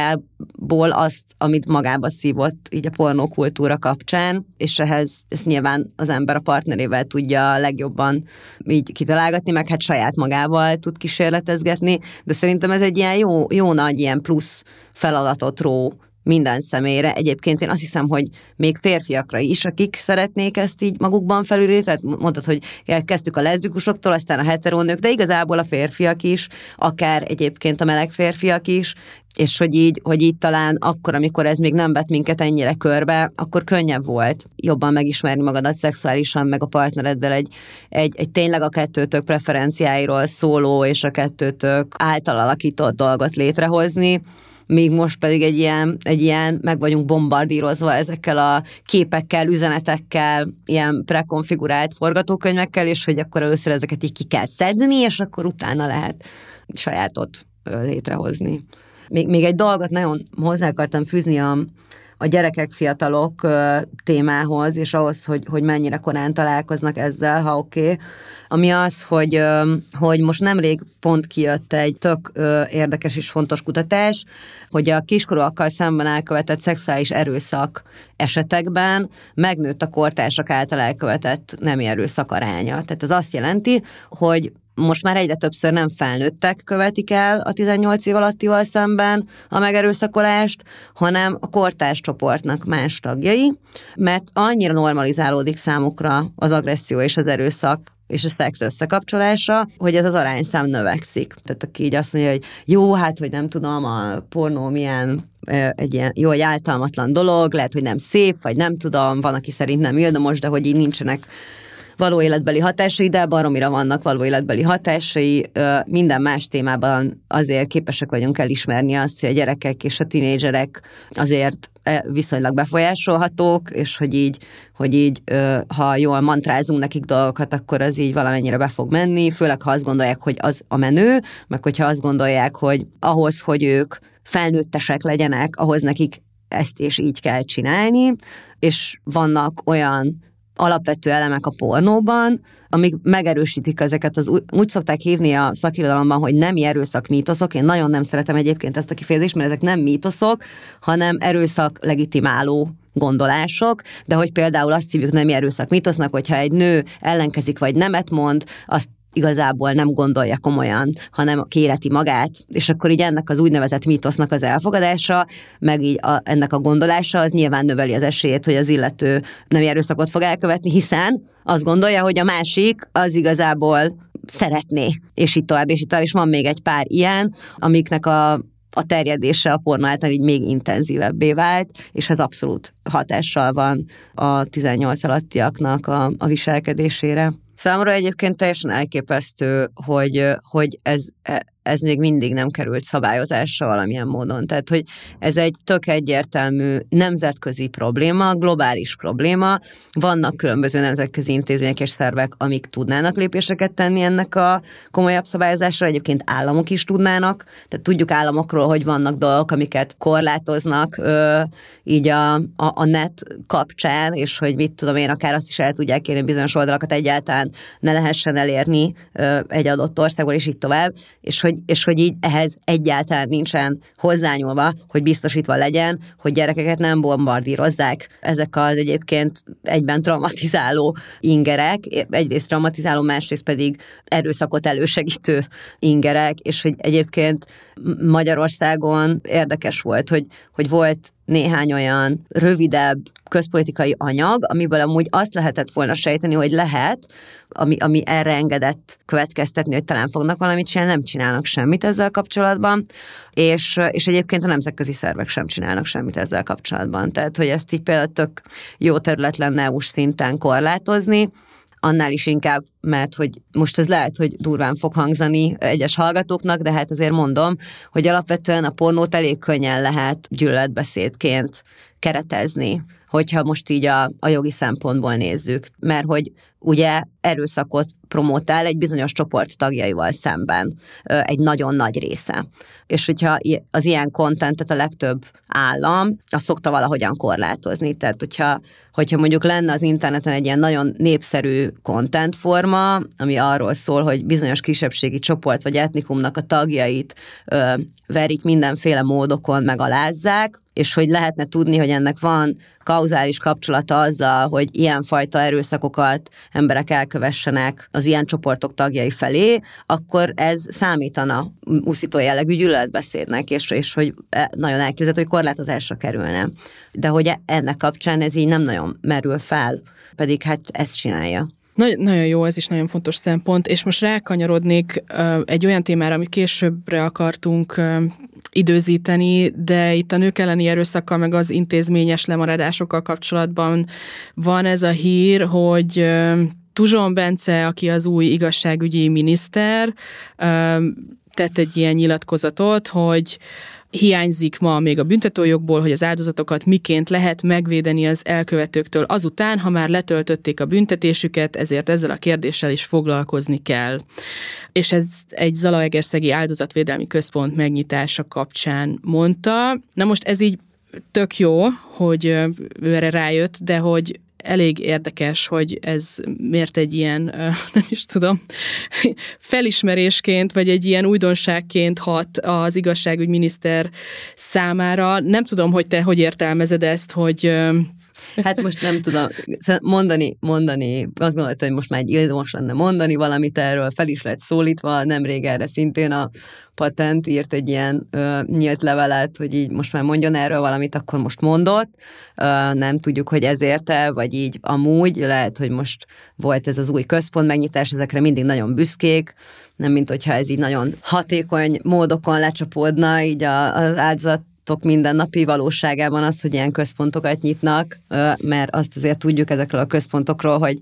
ból azt, amit magába szívott így a pornókultúra kapcsán, és ehhez ezt nyilván az ember a partnerével tudja legjobban így kitalálgatni, meg hát saját magával tud kísérletezgetni, de szerintem ez egy ilyen jó, jó nagy ilyen plusz feladatot ró minden személyre. Egyébként én azt hiszem, hogy még férfiakra is, akik szeretnék ezt így magukban felülni, tehát mondtad, hogy kezdtük a leszbikusoktól, aztán a heterónők, de igazából a férfiak is, akár egyébként a meleg férfiak is, és hogy így, hogy így talán akkor, amikor ez még nem vett minket ennyire körbe, akkor könnyebb volt jobban megismerni magadat szexuálisan, meg a partnereddel egy, egy, egy tényleg a kettőtök preferenciáiról szóló, és a kettőtök által alakított dolgot létrehozni, míg most pedig egy ilyen, egy ilyen meg vagyunk bombardírozva ezekkel a képekkel, üzenetekkel, ilyen prekonfigurált forgatókönyvekkel, és hogy akkor először ezeket így ki kell szedni, és akkor utána lehet sajátot létrehozni. Még, még egy dolgot nagyon hozzá akartam fűzni a, a gyerekek, fiatalok témához, és ahhoz, hogy, hogy mennyire korán találkoznak ezzel, ha oké. Okay. Ami az, hogy, hogy most nemrég pont kijött egy tök érdekes és fontos kutatás, hogy a kiskorúakkal szemben elkövetett szexuális erőszak esetekben megnőtt a kortársak által elkövetett nemi erőszak aránya. Tehát ez azt jelenti, hogy most már egyre többször nem felnőttek követik el a tizennyolc év alattival szemben a megerőszakolást, hanem a kortárs csoportnak más tagjai, mert annyira normalizálódik számukra az agresszió és az erőszak és a szex összekapcsolása, hogy ez az arányszám növekszik. Tehát aki így azt mondja, hogy jó, hát, hogy nem tudom, a pornó milyen egy ilyen jó, egy általmatlan dolog, lehet, hogy nem szép, vagy nem tudom, van, aki szerint nem ildomos, de hogy így nincsenek való életbeli hatásai, de baromira vannak való életbeli hatásai. Minden más témában azért képesek vagyunk elismerni azt, hogy a gyerekek és a tinédzserek azért viszonylag befolyásolhatók, és hogy így, hogy így ha jól mantrázunk nekik dolgokat, akkor az így valamennyire be fog menni, főleg ha azt gondolják, hogy az a menő, meg hogyha azt gondolják, hogy ahhoz, hogy ők felnőttesek legyenek, ahhoz nekik ezt és így kell csinálni, és vannak olyan alapvető elemek a pornóban, amik megerősítik ezeket, az úgy szokták hívni a szakirodalomban, hogy nemi erőszak mítoszok. Én nagyon nem szeretem egyébként ezt a kifejezést, mert ezek nem mítoszok, hanem erőszak legitimáló gondolások, de hogy például azt hívjuk nemi erőszak mítosznak, hogyha egy nő ellenkezik vagy nemet mond, azt igazából nem gondolja komolyan, hanem kéreti magát, és akkor így ennek az úgynevezett mítosznak az elfogadása, meg így a, ennek a gondolása, az nyilván növeli az esélyét, hogy az illető nemi erőszakot fog elkövetni, hiszen azt gondolja, hogy a másik az igazából szeretné, és így tovább, és így tovább, és van még egy pár ilyen, amiknek a, a terjedése a pornó által így még intenzívebbé vált, és ez abszolút hatással van a tizennyolc alattiaknak a, a viselkedésére. Számomra egyébként teljesen elképesztő, hogy, hogy ez, ez még mindig nem került szabályozásra valamilyen módon. Tehát, hogy ez egy tök egyértelmű nemzetközi probléma, globális probléma. Vannak különböző nemzetközi intézmények és szervek, amik tudnának lépéseket tenni ennek a komolyabb szabályozásra, egyébként államok is tudnának. Tehát tudjuk államokról, hogy vannak dolgok, amiket korlátoznak ö, így a, a, a net kapcsán, és hogy mit tudom én, akár azt is el tudják érni bizonyos oldalakat egyáltalán ne lehessen elérni ö, egy adott országból, és így tovább, és hogy, és hogy így ehhez egyáltalán nincsen hozzányúlva, hogy biztosítva legyen, hogy gyerekeket nem bombardírozzák ezek az egyébként egyben traumatizáló ingerek, egyrészt traumatizáló, másrészt pedig erőszakot elősegítő ingerek, és hogy egyébként Magyarországon érdekes volt, hogy, hogy volt néhány olyan rövidebb közpolitikai anyag, amiből amúgy azt lehetett volna sejteni, hogy lehet, ami, ami erre engedett következtetni, hogy talán fognak valamit csinálni, nem csinálnak semmit ezzel kapcsolatban, és, és egyébként a nemzetközi szervek sem csinálnak semmit ezzel kapcsolatban. Tehát, hogy ezt így például tök jó terület lenne é u-s szinten korlátozni, annál is inkább, mert hogy most ez lehet, hogy durván fog hangzani egyes hallgatóknak, de hát azért mondom, hogy alapvetően a pornót elég könnyen lehet gyűlöletbeszédként keretezni, hogyha most így a, a jogi szempontból nézzük, mert hogy ugye erőszakot promotál egy bizonyos csoport tagjaival szemben egy nagyon nagy része. És hogyha az ilyen kontentet a legtöbb állam, azt szokta valahogyan korlátozni. Tehát, hogyha, hogyha mondjuk lenne az interneten egy ilyen nagyon népszerű contentforma, ami arról szól, hogy bizonyos kisebbségi csoport vagy etnikumnak a tagjait ö, verik mindenféle módokon, megalázzák, és hogy lehetne tudni, hogy ennek van kauzális kapcsolata azzal, hogy ilyenfajta erőszakokat emberek elkövessenek az ilyen csoportok tagjai felé, akkor ez számítana uszító jellegű gyűlöletbeszédnek, és, és hogy nagyon elképzelhető, hogy korlátozásra kerülne. De hogy ennek kapcsán ez így nem nagyon merül fel, pedig hát ezt csinálja. Nagy, nagyon jó, ez is nagyon fontos szempont, és most rákanyarodnék uh, egy olyan témára, amit későbbre akartunk uh, időzíteni, de itt a nők elleni erőszakkal meg az intézményes lemaradásokkal kapcsolatban van ez a hír, hogy uh, Tuzson Bence, aki az új igazságügyi miniszter, uh, tett egy ilyen nyilatkozatot, hogy hiányzik ma még a büntetőjogból, hogy az áldozatokat miként lehet megvédeni az elkövetőktől azután, ha már letöltötték a büntetésüket, ezért ezzel a kérdéssel is foglalkozni kell. És ez egy Zalaegerszegi Áldozatvédelmi Központ megnyitása kapcsán mondta. Na most ez így tök jó, hogy ő erre rájött, de hogy elég érdekes, hogy ez miért egy ilyen, nem is tudom, felismerésként, vagy egy ilyen újdonságként hat az igazságügyminiszter számára. Nem tudom, hogy te hogy értelmezed ezt, hogy... Hát most nem tudom, mondani, mondani, azt gondoltam, hogy most már egy ildomos lenne mondani valamit erről, fel is lett szólítva, nemrég erre szintén a Patent írt egy ilyen ö, nyílt levelet, hogy így most már mondjon erről valamit, akkor most mondott, ö, nem tudjuk, hogy ezért-e, vagy így amúgy, lehet, hogy most volt ez az új központ megnyitás, ezekre mindig nagyon büszkék, nem mint hogyha ez így nagyon hatékony módokon lecsapódna, így a, az áldozat mindennapi valóságában az, hogy ilyen központokat nyitnak, mert azt azért tudjuk ezekről a központokról, hogy,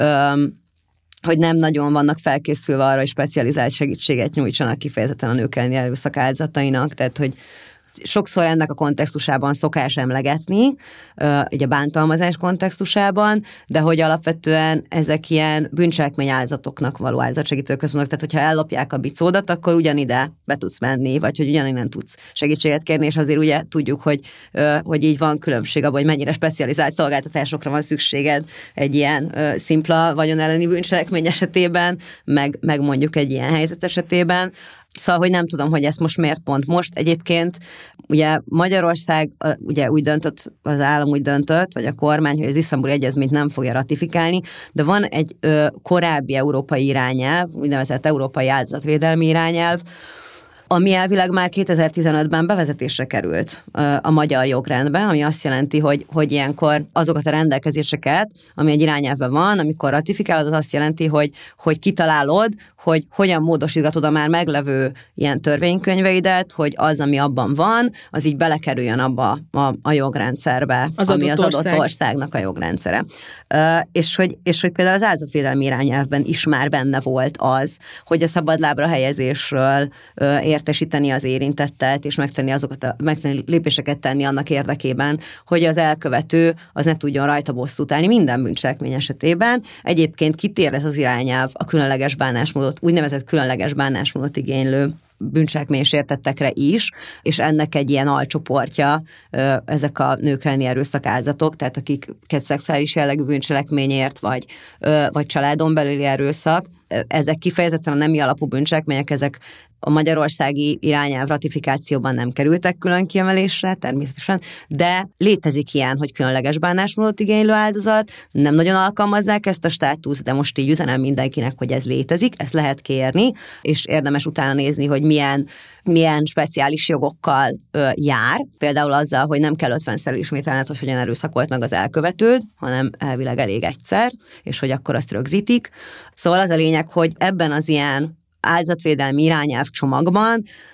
hogy nem nagyon vannak felkészülve arra, hogy specializált segítséget nyújtsanak kifejezetten a nők elleni erőszak áldozatainak, tehát hogy sokszor ennek a kontextusában szokás emlegetni, ugye a bántalmazás kontextusában, de hogy alapvetően ezek ilyen bűncselekmény áldozatoknak való áldozatsegítő központok, tehát hogyha ellopják a bicódat, akkor ugyanide be tudsz menni, vagy hogy ugyaninnen tudsz segítséget kérni, és azért ugye tudjuk, hogy, hogy így van különbség abban, hogy mennyire specializált szolgáltatásokra van szükséged egy ilyen szimpla vagyon elleni bűncselekmény esetében, meg, meg mondjuk egy ilyen helyzet esetében. Szóval, hogy nem tudom, hogy ezt most miért pont most. Egyébként ugye Magyarország ugye úgy döntött, az állam úgy döntött, vagy a kormány, hogy az isztambuli egyezményt nem fogja ratifikálni, de van egy ö, korábbi európai irányelv, úgynevezett európai áldozatvédelmi irányelv, ami elvileg már kétezer-tizenötben bevezetésre került a magyar jogrendbe, ami azt jelenti, hogy, hogy ilyenkor azokat a rendelkezéseket, ami egy irányelvben van, amikor ratifikálod, az azt jelenti, hogy, hogy kitalálod, hogy hogyan módosítgatod a már meglevő ilyen törvénykönyveidet, hogy az, ami abban van, az így belekerüljön abba a, a jogrendszerbe, az ami adott az ország. adott országnak a jogrendszere. Uh, és, hogy, és hogy például az áldozatvédelmi irányelvben is már benne volt az, hogy a szabadlábra helyezésről uh, értesíteni az érintettet, és megtenni azokat a megtenni lépéseket tenni annak érdekében, hogy az elkövető az ne tudjon rajta bosszút állni minden bűncselekmény esetében. Egyébként kitér ez az irányelv a különleges bánásmódot, úgynevezett különleges bánásmódot igénylő bűncselekmény sértettekre is, és ennek egy ilyen alcsoportja ezek a nők elleni erőszak áldozatok, tehát akiket szexuális jellegű bűncselekményért, vagy, vagy családon belüli erőszak, ezek kifejezetten a nemi alapú bűncselekmények, ezek a magyarországi irányelv ratifikációban nem kerültek külön kiemelésre, természetesen, de létezik ilyen, hogy különleges bánásmódot igénylő áldozat, nem nagyon alkalmazzák ezt a státuszt, de most így üzenem mindenkinek, hogy ez létezik, ezt lehet kérni, és érdemes utána nézni, hogy milyen, milyen speciális jogokkal ö, jár, például azzal, hogy nem kell ötvenszer ismételned, hogy hogyan erőszakolt meg az elkövetőd, hanem elvileg elég egyszer, és hogy akkor azt rögzítik. Szóval az a lényeg, hogy ebben az ilyen áldozatvédelmi irányelv csomagban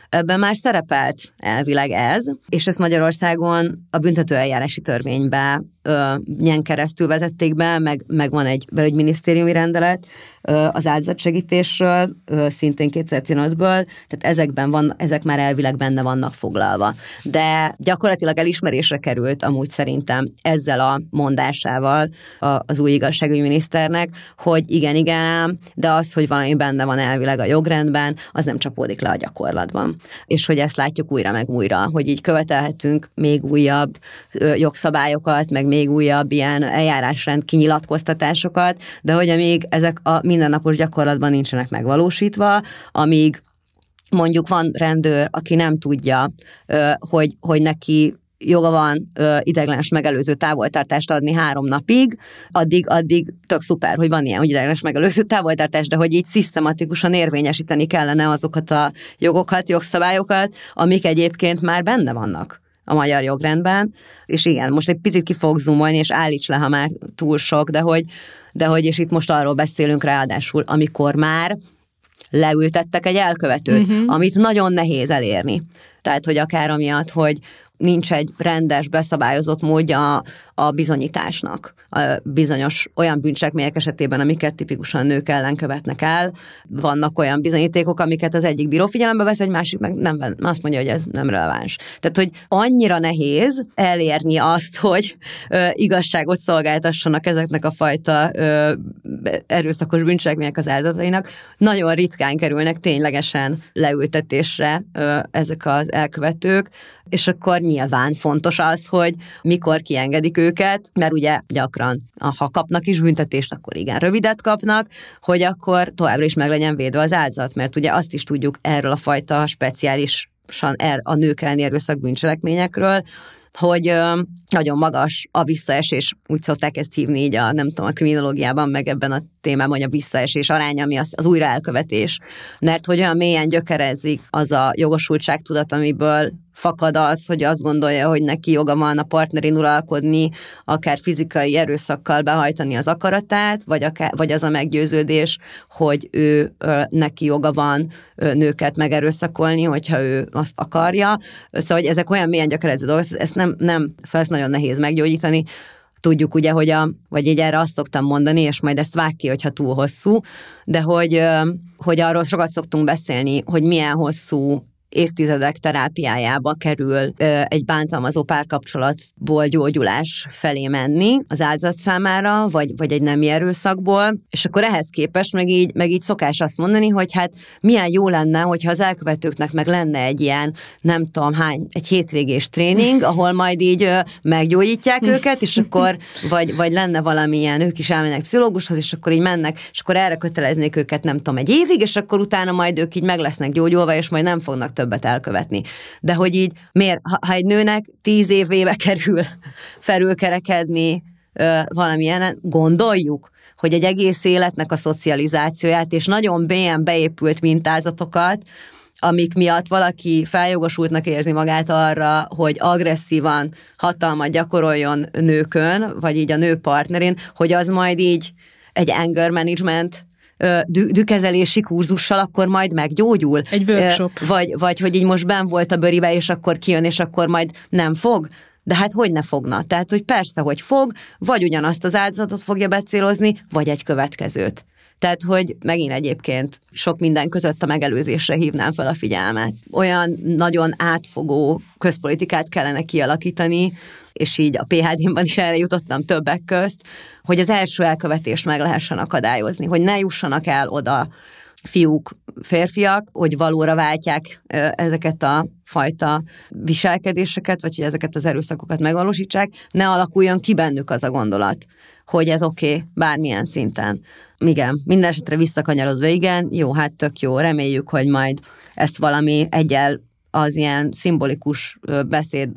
ebben már szerepelt elvileg ez, és ezt Magyarországon a büntetőeljárási törvénybe ö, nyen keresztül vezették be, meg, meg van egy belügyminisztériumi rendelet ö, az áldozatsegítésről, ö, szintén kétezer-tizenötből, tehát ezekben van, ezek már elvileg benne vannak foglalva. De gyakorlatilag elismerésre került amúgy szerintem ezzel a mondásával a, az új igazságügyminiszternek, hogy igen, igen, de az, hogy valami benne van elvileg a jogrendben, az nem csapódik le a gyakorlatban. És hogy ezt látjuk újra meg újra, hogy így követelhetünk még újabb ö, jogszabályokat, meg még újabb ilyen eljárásrend kinyilatkoztatásokat, de hogy amíg ezek a mindennapos gyakorlatban nincsenek megvalósítva, amíg mondjuk van rendőr, aki nem tudja, ö, hogy, hogy neki joga van ö, ideiglenes megelőző távoltartást adni három napig, addig, addig tök szuper, hogy van ilyen, hogy ideiglenes megelőző távoltartás, de hogy így szisztematikusan érvényesíteni kellene azokat a jogokat, jogszabályokat, amik egyébként már benne vannak a magyar jogrendben, és igen, most egy picit ki fogok zoomolni, és állíts le, ha már túl sok, de hogy, de hogy és itt most arról beszélünk ráadásul, amikor már leültettek egy elkövetőt, uh-huh. amit nagyon nehéz elérni. Tehát, hogy akár amiatt, hogy nincs egy rendes, beszabályozott módja a bizonyításnak. A bizonyos olyan bűncselekmények esetében, amiket tipikusan nők ellen követnek el, vannak olyan bizonyítékok, amiket az egyik bíró figyelembe vesz, egy másik meg nem, azt mondja, hogy ez nem releváns. Tehát, hogy annyira nehéz elérni azt, hogy ö, igazságot szolgáltassanak ezeknek a fajta ö, erőszakos bűncselekmények az áldozatainak, nagyon ritkán kerülnek ténylegesen leültetésre ö, ezek az elkövetők, és akkor nyilván fontos az, hogy mikor kiengedik őket, mert ugye gyakran, ha kapnak is büntetést, akkor igen, rövidet kapnak, hogy akkor továbbra is meg legyen védve az áldozat, mert ugye azt is tudjuk erről a fajta speciálisan a nők elleni erőszak bűncselekményekről, hogy ö, nagyon magas a visszaesés, úgy szokták ezt hívni így a, nem tudom, a kriminológiában, meg ebben a témában, hogy a visszaesés aránya, ami az, az újraelkövetés. Mert hogy olyan mélyen gyökerezik az a jogosultságtudat, amiből fakad az, hogy azt gondolja, hogy neki joga van a partnerin uralkodni, akár fizikai erőszakkal behajtani az akaratát, vagy, akár, vagy az a meggyőződés, hogy ő ö, neki joga van ö, nőket megerőszakolni, hogyha ő azt akarja. Szóval, hogy ezek olyan mélyen gyökerező dolgok, ezt nem, nem, szóval ezt nagyon nehéz meggyógyítani. Tudjuk ugye, hogy a, vagy így erre azt szoktam mondani, és majd ezt vág ki, hogyha túl hosszú, de hogy, hogy arról sokat szoktunk beszélni, hogy milyen hosszú évtizedek terápiájába kerül ö, egy bántalmazó párkapcsolatból gyógyulás felé menni az áldozat számára, vagy, vagy egy nemi erőszakból, és akkor ehhez képest meg így, meg így szokás azt mondani, hogy hát milyen jó lenne, hogyha az elkövetőknek meg lenne egy ilyen, nem tudom hány, egy hétvégés tréning, ahol majd így ö, meggyógyítják őket, és akkor, vagy, vagy lenne valamilyen, ők is elmennek pszichológushoz, és akkor így mennek, és akkor erre köteleznék őket, nem tudom, egy évig, és akkor utána majd ők így meg lesznek gyógyulva, és majd nem fognak többet elkövetni. De hogy így, miért, ha, ha egy nőnek tíz évébe kerül felülkerekedni ö, valamilyen, gondoljuk, hogy egy egész életnek a szocializációját, és nagyon mélyen beépült mintázatokat, amik miatt valaki feljogosultnak érzi magát arra, hogy agresszívan hatalmat gyakoroljon nőkön, vagy így a nő partnerén, hogy az majd így egy anger management dűkezelési kurzussal akkor majd meggyógyul. Egy workshop. Vagy, vagy hogy így most benn volt a bőribe, és akkor kijön, és akkor majd nem fog. De hát hogy ne fogna? Tehát, hogy persze, hogy fog, vagy ugyanazt az áldozatot fogja becélozni, vagy egy következőt. Tehát, hogy megint egyébként sok minden között a megelőzésre hívnám fel a figyelmet. Olyan nagyon átfogó közpolitikát kellene kialakítani, és így a pé há dé-ban is erre jutottam többek közt, hogy az első elkövetést meg lehessen akadályozni, hogy ne jussanak el oda fiúk, férfiak, hogy valóra váltják ezeket a fajta viselkedéseket, vagy hogy ezeket az erőszakokat megvalósítsák, ne alakuljon ki bennük az a gondolat, hogy ez oké, okay, bármilyen szinten. Igen, minden esetre visszakanyarodva, igen, jó, hát tök jó, reméljük, hogy majd ezt valami egyel az ilyen szimbolikus beszéd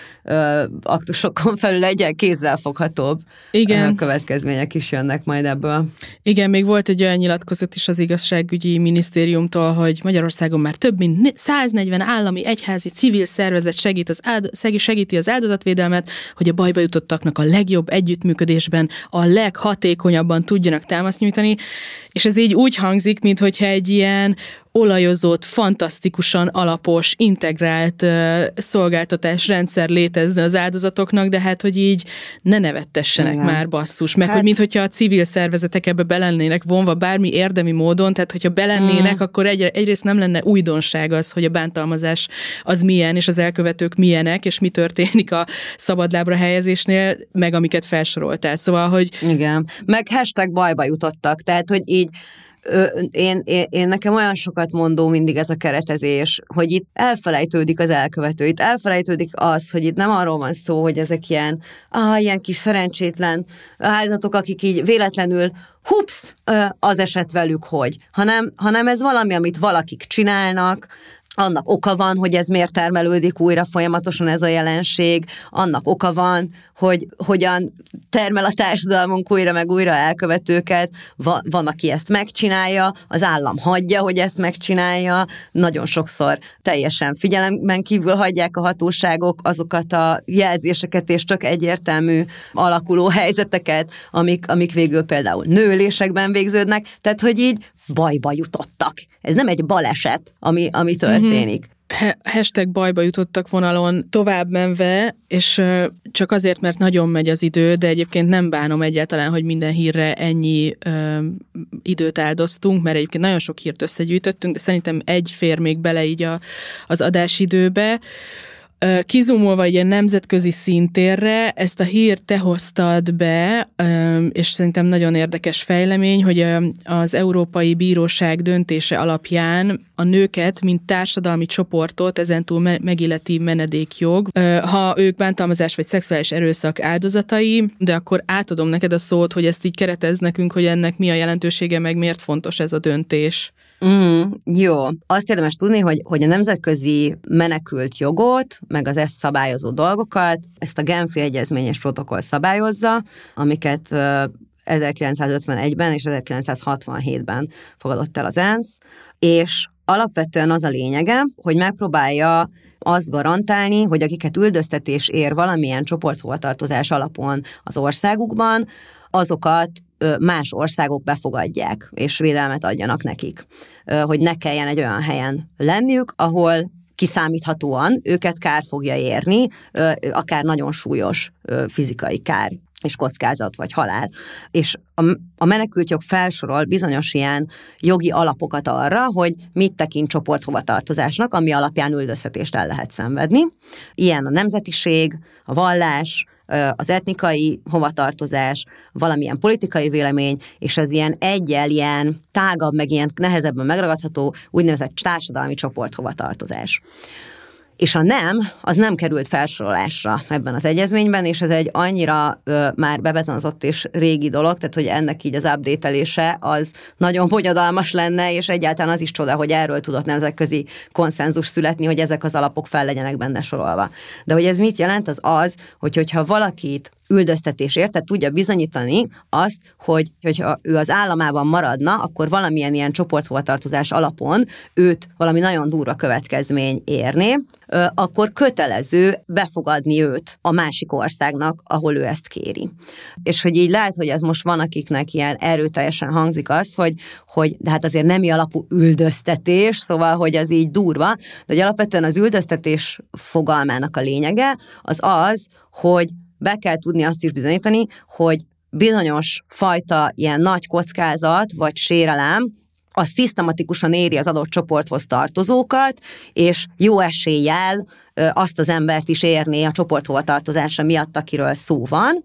aktusokon felül egyen kézzelfoghatóbb Igen. következmények is jönnek majd ebből. Igen, még volt egy olyan nyilatkozat is az igazságügyi minisztériumtól, hogy Magyarországon már több mint száznegyven állami, egyházi, civil szervezet segít az áld- segíti az áldozatvédelmet, hogy a bajba jutottaknak a legjobb együttműködésben, a leghatékonyabban tudjanak támaszt nyújtani, és ez így úgy hangzik, minthogyha egy ilyen olajozott, fantasztikusan alapos, integrált uh, szolgáltatásrendszer létezne az áldozatoknak, de hát, hogy így ne nevettessenek igen. már basszus, meg hát... hogy minthogyha a civil szervezetek ebbe belennének vonva bármi érdemi módon, tehát hogyha belennének, mm. akkor egy, egyrészt nem lenne újdonság az, hogy a bántalmazás az milyen, és az elkövetők milyenek, és mi történik a szabadlábra helyezésnél, meg amiket felsoroltál. Szóval, hogy... Igen, meg hashtag bajba jutottak, tehát, hogy így Ö, én, én, én nekem olyan sokat mondó mindig ez a keretezés, hogy itt elfelejtődik az elkövető, itt elfelejtődik az, hogy itt nem arról van szó, hogy ezek ilyen, ah, ilyen kis szerencsétlen áldozatok, akik így véletlenül hups, az esett velük, hogy, hanem, hanem ez valami, amit valakik csinálnak, annak oka van, hogy ez miért termelődik újra folyamatosan ez a jelenség, annak oka van, hogy hogyan termel a társadalmunk újra meg újra elkövetőket, Va- van, aki ezt megcsinálja, az állam hagyja, hogy ezt megcsinálja, nagyon sokszor teljesen figyelemen kívül hagyják a hatóságok azokat a jelzéseket és tök egyértelmű alakuló helyzeteket, amik, amik végül például nőülésekben végződnek, tehát hogy így bajba jutottak. Ez nem egy baleset, ami, ami történik. Mm-hmm. Hashtag bajba jutottak vonalon tovább menve, és csak azért, mert nagyon megy az idő, de egyébként nem bánom egyáltalán, hogy minden hírre ennyi ö, időt áldoztunk, mert egyébként nagyon sok hírt összegyűjtöttünk, de szerintem egy fér még bele így a, az adásidőbe. Kizumolva egy ilyen nemzetközi szintérre, ezt a hírt te hoztad be, és szerintem nagyon érdekes fejlemény, hogy az Európai Bíróság döntése alapján a nőket, mint társadalmi csoportot ezentúl megilleti menedékjog, ha ők bántalmazás vagy szexuális erőszak áldozatai, de akkor átadom neked a szót, hogy ezt így keretez nekünk, hogy ennek mi a jelentősége, meg miért fontos ez a döntés. Mm, jó. Azt érdemes tudni, hogy, hogy a nemzetközi menekült jogot, meg az ezt szabályozó dolgokat, ezt a Genfi Egyezményes protokoll szabályozza, amiket uh, ezerkilencszázötvenegyben és ezerkilencszázhatvanhétben fogadott el az ENSZ, és alapvetően az a lényege, hogy megpróbálja azt garantálni, hogy akiket üldöztetés ér valamilyen csoporthovatartozás alapon az országukban, azokat más országok befogadják, és védelmet adjanak nekik. Hogy ne kelljen egy olyan helyen lenniük, ahol kiszámíthatóan őket kár fogja érni, akár nagyon súlyos fizikai kár és kockázat vagy halál. És a menekültjog felsorol bizonyos ilyen jogi alapokat arra, hogy mit tekint csoporthovatartozásnak, ami alapján üldöztetést el lehet szenvedni. Ilyen a nemzetiség, a vallás, az etnikai hovatartozás, valamilyen politikai vélemény, és az ilyen egyel, ilyen tágabb, meg ilyen nehezebben megragadható úgynevezett társadalmi csoporthovatartozás. És a nem, az nem került felsorolásra ebben az egyezményben, és ez egy annyira ö, már bebetonozott és régi dolog, tehát hogy ennek így az update-elése az nagyon bonyodalmas lenne, és egyáltalán az is csoda, hogy erről tudott nemzetközi konszenzus születni, hogy ezek az alapok fel legyenek benne sorolva. De hogy ez mit jelent, az az, hogy hogyha valakit üldöztetésért, tehát tudja bizonyítani azt, hogy hogyha ő az államában maradna, akkor valamilyen ilyen csoporthovatartozás alapon őt valami nagyon durva következmény érné, akkor kötelező befogadni őt a másik országnak, ahol ő ezt kéri. És hogy így lehet, hogy ez most van, akiknek ilyen erőteljesen hangzik az, hogy, hogy de hát azért nemi alapú üldöztetés, szóval, hogy az így durva, de hogy alapvetően az üldöztetés fogalmának a lényege az az, hogy be kell tudni azt is bizonyítani, hogy bizonyos fajta ilyen nagy kockázat vagy sérelem, az szisztematikusan éri az adott csoporthoz tartozókat, és jó eséllyel azt az embert is érné a csoporthovatartozása miatt, akiről szó van,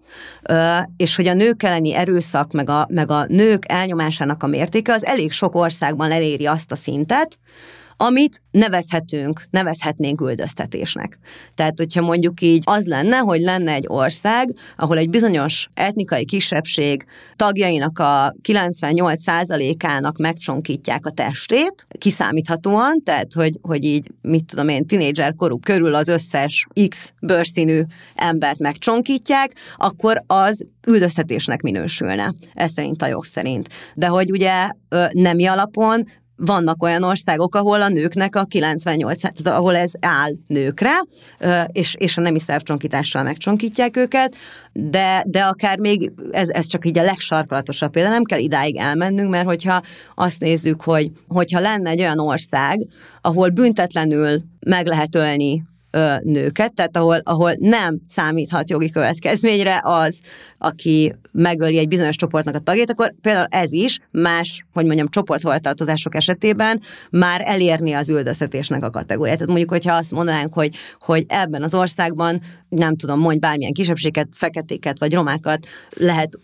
és hogy a nők elleni erőszak, meg a, meg a nők elnyomásának a mértéke, az elég sok országban eléri azt a szintet, amit nevezhetünk, nevezhetnénk üldöztetésnek. Tehát, hogyha mondjuk így az lenne, hogy lenne egy ország, ahol egy bizonyos etnikai kisebbség tagjainak a kilencvennyolc százalékának megcsonkítják a testét, kiszámíthatóan, tehát, hogy, hogy így, mit tudom én, tinédzser koruk körül az összes X bőrszínű embert megcsonkítják, akkor az üldöztetésnek minősülne. Ez szerint a jog szerint. De hogy ugye nemi alapon vannak olyan országok, ahol a nőknek a kilencvennyolc, tehát ahol ez áll nőkre, és, és a nemi szervcsonkítással megcsonkítják őket, de, de akár még ez, ez csak így a legsarkolatosabb példa, nem kell idáig elmennünk, mert hogyha azt nézzük, hogy hogyha lenne egy olyan ország, ahol büntetlenül meg lehet ölni nőket, tehát ahol, ahol nem számíthat jogi következményre az, aki megöli egy bizonyos csoportnak a tagját, akkor például ez is más, hogy mondjam, csoporthovatartozások esetében már elérni az üldöztetésnek a kategóriát. Tehát mondjuk, hogyha azt mondanánk, hogy, hogy ebben az országban, nem tudom, mondj bármilyen kisebbséget, feketéket vagy romákat lehet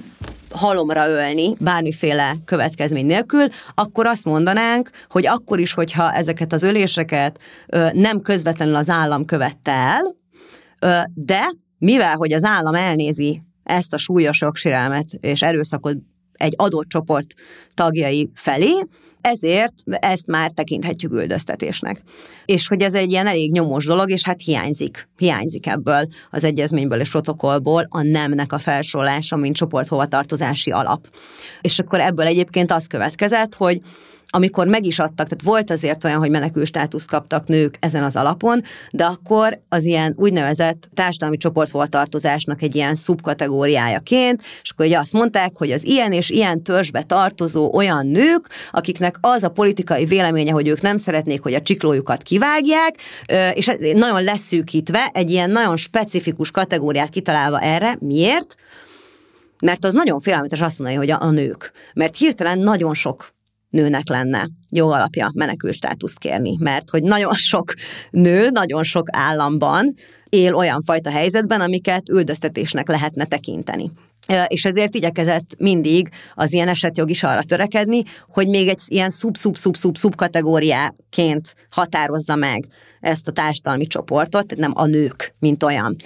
halomra ölni, bármiféle következmény nélkül, akkor azt mondanánk, hogy akkor is, hogyha ezeket az öléseket ö, nem közvetlenül az állam követte el, ö, de mivel, hogy az állam elnézi ezt a súlyos jogsérelmet és erőszakot egy adott csoport tagjai felé, ezért ezt már tekinthetjük üldöztetésnek. És hogy ez egy ilyen elég nyomós dolog, és hát hiányzik. Hiányzik ebből az egyezményből és protokollból a nemnek a felsorolása, mint csoporthovatartozási alap. És akkor ebből egyébként az következett, hogy amikor meg is adtak, tehát volt azért olyan, hogy menekül státuszt kaptak nők ezen az alapon, de akkor az ilyen úgynevezett társadalmi csoporthovatartozásnak egy ilyen szubkategóriájaként, és akkor ugye azt mondták, hogy az ilyen és ilyen törzsbe tartozó olyan nők, akiknek az a politikai véleménye, hogy ők nem szeretnék, hogy a csiklójukat kivágják, és nagyon leszűkítve, egy ilyen nagyon specifikus kategóriát kitalálva erre. Miért? Mert az nagyon félelmetes azt mondani, hogy a, a nők. Mert hirtelen nagyon sok nőnek lenne jogalapja menekül státuszt kérni, mert hogy nagyon sok nő, nagyon sok államban él olyan fajta helyzetben, amiket üldöztetésnek lehetne tekinteni. És ezért igyekezett mindig az ilyen esetjog is arra törekedni, hogy még egy ilyen szub-szub-szub-szub-szub kategóriáként határozza meg ezt a társadalmi csoportot, tehát nem a nők, mint olyan.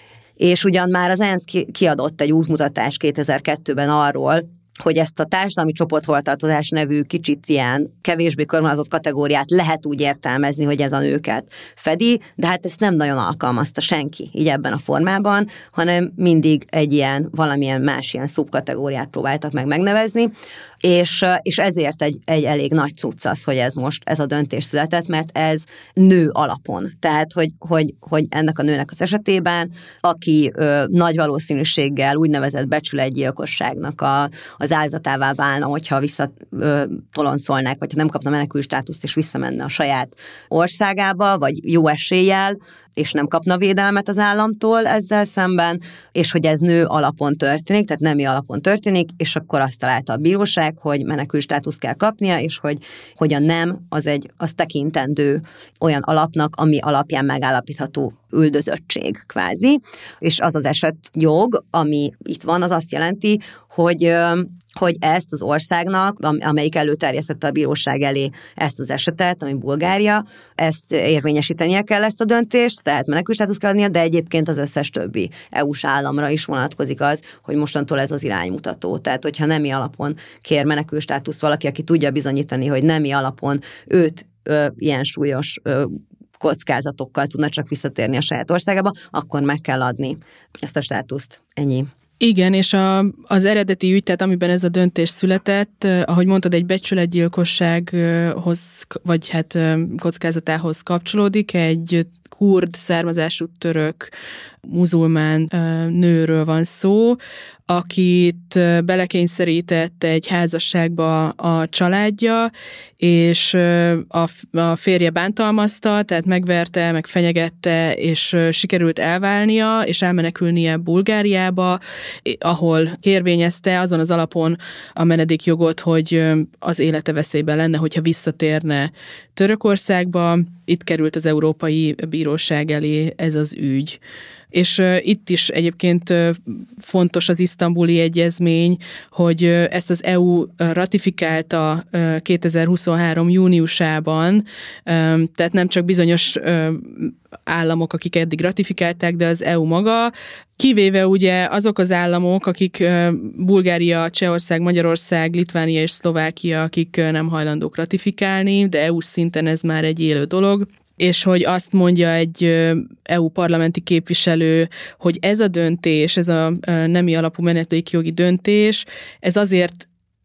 És ugyan már az ENSZ kiadott egy útmutatást kétezer-kettőben arról, hogy ezt a társadalmi csoporthovatartozás nevű kicsit ilyen kevésbé körvonalazott kategóriát lehet úgy értelmezni, hogy ez a nőket fedi, de hát ezt nem nagyon alkalmazta senki így ebben a formában, hanem mindig egy ilyen, valamilyen más ilyen szubkategóriát próbáltak meg megnevezni, és, és ezért egy, egy elég nagy cucc az, hogy ez most, ez a döntés született, mert ez nő alapon. Tehát, hogy, hogy, hogy ennek a nőnek az esetében, aki ö, nagy valószínűséggel úgynevezett becsületgyilkosságnak a az áldozatává válna, hogyha visszatoloncolnák, vagy ha nem kapna menekül státuszt, és visszamenne a saját országába, vagy jó eséllyel, és nem kapna védelmet az államtól ezzel szemben, és hogy ez nő alapon történik, tehát nemi alapon történik, és akkor azt találta a bíróság, hogy menekül státuszt kell kapnia, és hogy, hogy a nem az egy, az tekintendő olyan alapnak, ami alapján megállapítható üldözöttség kvázi, és az az eset jog, ami itt van, az azt jelenti, hogy hogy ezt az országnak, amelyik előterjesztette a bíróság elé ezt az esetet, ami Bulgária, ezt érvényesítenie kell ezt a döntést, tehát menekültstátuszt kell adnia, de egyébként az összes többi é u-s államra is vonatkozik az, hogy mostantól ez az iránymutató. Tehát, hogyha nemi alapon kér menekültstátuszt valaki, aki tudja bizonyítani, hogy nemi alapon őt ö, ilyen súlyos ö, kockázatokkal tudna csak visszatérni a saját országába, akkor meg kell adni ezt a státuszt. Ennyi. Igen, és a, az eredeti ügy, tehát amiben ez a döntés született, ahogy mondtad, egy becsületgyilkossághoz, vagy hát kockázatához kapcsolódik, egy kurd származású török muzulmán nőről van szó, akit belekényszerített egy házasságba a családja, és a, a férje bántalmazta, tehát megverte, meg fenyegette, és sikerült elválnia, és elmenekülnie Bulgáriába, ahol kérvényezte azon az alapon a menedékjogot, hogy az élete veszélyben lenne, hogyha visszatérne Törökországba. Itt került az Európai Bíróság elé ez az ügy. És uh, itt is egyébként uh, fontos az isztambuli egyezmény, hogy uh, ezt az é u ratifikálta uh, kétezer-huszonhárom júniusában, um, tehát nem csak bizonyos uh, államok, akik eddig ratifikálták, de az é u maga, kivéve ugye azok az államok, akik uh, Bulgária, Csehország, Magyarország, Litvánia és Szlovákia, akik uh, nem hajlandók ratifikálni, de é u szinten ez már egy élő dolog. És hogy azt mondja egy é u parlamenti képviselő, hogy ez a döntés, ez a nemi alapú menedékjogi döntés, ez azért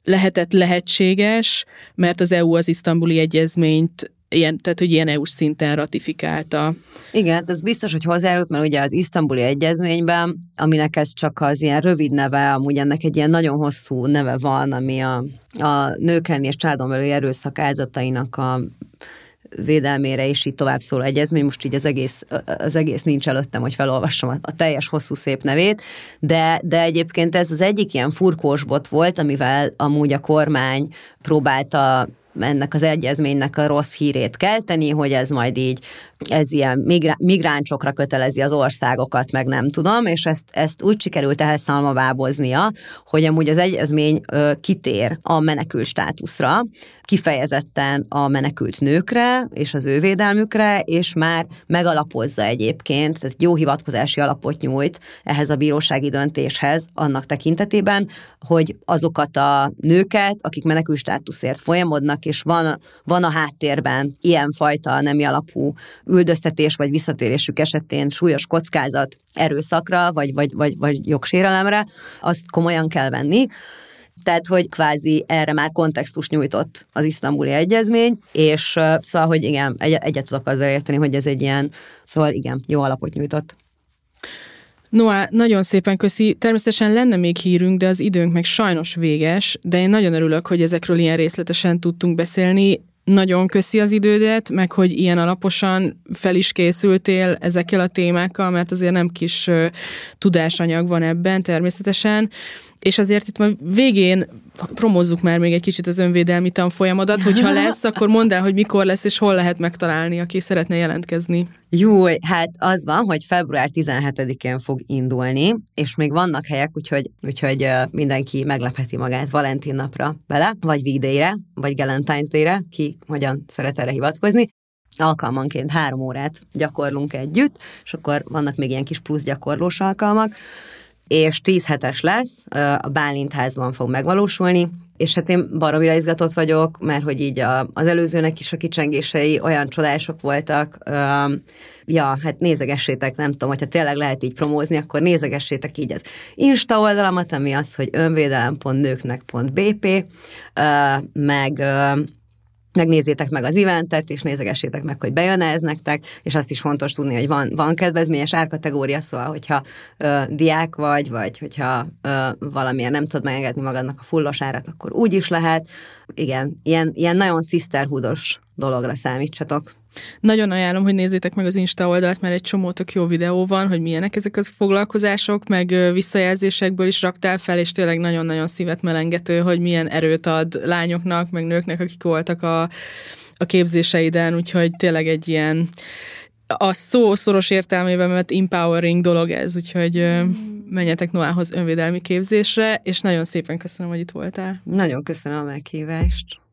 lehetett lehetséges, mert az é u az isztambuli egyezményt ilyen, tehát, hogy ilyen é u-s szinten ratifikálta. Igen, ez biztos, hogy hozzájárult, mert ugye az isztambuli egyezményben, aminek ez csak az ilyen rövid neve, amúgy ennek egy ilyen nagyon hosszú neve van, ami a, a nők elleni és családon belüli erőszak áldozatainak a védelmére és így tovább szóló egyezmény. Most így az egész, az egész nincs előttem, hogy felolvassam a, a teljes hosszú szép nevét, de, de egyébként ez az egyik ilyen furkósbot volt, amivel amúgy a kormány próbálta ennek az egyezménynek a rossz hírét kelteni, hogy ez majd így, ez ilyen migrá- migráncsokra kötelezi az országokat, meg nem tudom, és ezt, ezt úgy sikerült ehhez szalmabáboznia, hogy amúgy az egyezmény ö, kitér a menekült státuszra, kifejezetten a menekült nőkre, és az ő védelmükre, és már megalapozza egyébként, tehát jó hivatkozási alapot nyújt ehhez a bírósági döntéshez, annak tekintetében, hogy azokat a nőket, akik menekült státuszért folyamodnak, és van, van a háttérben ilyenfajta nemi alapú üldöztetés vagy visszatérésük esetén súlyos kockázat erőszakra, vagy, vagy, vagy, vagy jogsérelemre, azt komolyan kell venni. Tehát, hogy kvázi erre már kontextus nyújtott az isztambuli egyezmény, és uh, szóval, hogy igen, egy, egyet tudok azzal érteni, hogy ez egy ilyen, szóval igen, jó alapot nyújtott. Noa, nagyon szépen köszi. Természetesen lenne még hírünk, de az időnk meg sajnos véges, de én nagyon örülök, hogy ezekről ilyen részletesen tudtunk beszélni. Nagyon köszi az idődet, meg hogy ilyen alaposan fel is készültél ezekkel a témákkal, mert azért nem kis uh, tudásanyag van ebben természetesen. És azért itt ma végén promózzuk már még egy kicsit az önvédelmi tanfolyamodat, hogyha lesz, akkor mondd el, hogy mikor lesz, és hol lehet megtalálni, aki szeretne jelentkezni. Jó, hát az van, hogy február tizenhetedikén fog indulni, és még vannak helyek, úgyhogy, úgyhogy mindenki meglepheti magát Valentin napra vele, vagy V-Day-re, vagy Galentine's Day-re, ki hogyan szeret erre hivatkozni. Alkalmanként három órát gyakorlunk együtt, és akkor vannak még ilyen kis plusz gyakorlós alkalmak, és tíz hetes lesz, a Bálint házban fog megvalósulni, és hát én baromira izgatott vagyok, mert hogy így a, az előzőnek is a kicsengései olyan csodások voltak. Um, ja, hát nézegessétek, nem tudom, hogyha tényleg lehet így promózni, akkor nézegessétek így az Insta oldalamat, ami az, hogy önvédelem pont nőknek pont bé pé, uh, meg... Uh, megnézzétek meg az eventet, és nézegessétek meg, hogy bejön ez nektek, és azt is fontos tudni, hogy van, van kedvezményes árkategória, szóval, hogyha ö, diák vagy, vagy hogyha ö, valamilyen nem tudod megengedni magadnak a fullos árat, akkor úgy is lehet. Igen, ilyen, ilyen nagyon sisterhoodos dologra számítsatok. Nagyon ajánlom, hogy nézzétek meg az Insta oldalt, mert egy csomó tök jó videó van, hogy milyenek ezek az foglalkozások, meg visszajelzésekből is raktál fel, és tényleg nagyon-nagyon szívet melengető, hogy milyen erőt ad lányoknak, meg nőknek, akik voltak a, a képzéseiden, úgyhogy tényleg egy ilyen a szó szoros értelmében, mert empowering dolog ez, úgyhogy mm. menjetek Noához önvédelmi képzésre, és nagyon szépen köszönöm, hogy itt voltál. Nagyon köszönöm a meghívást.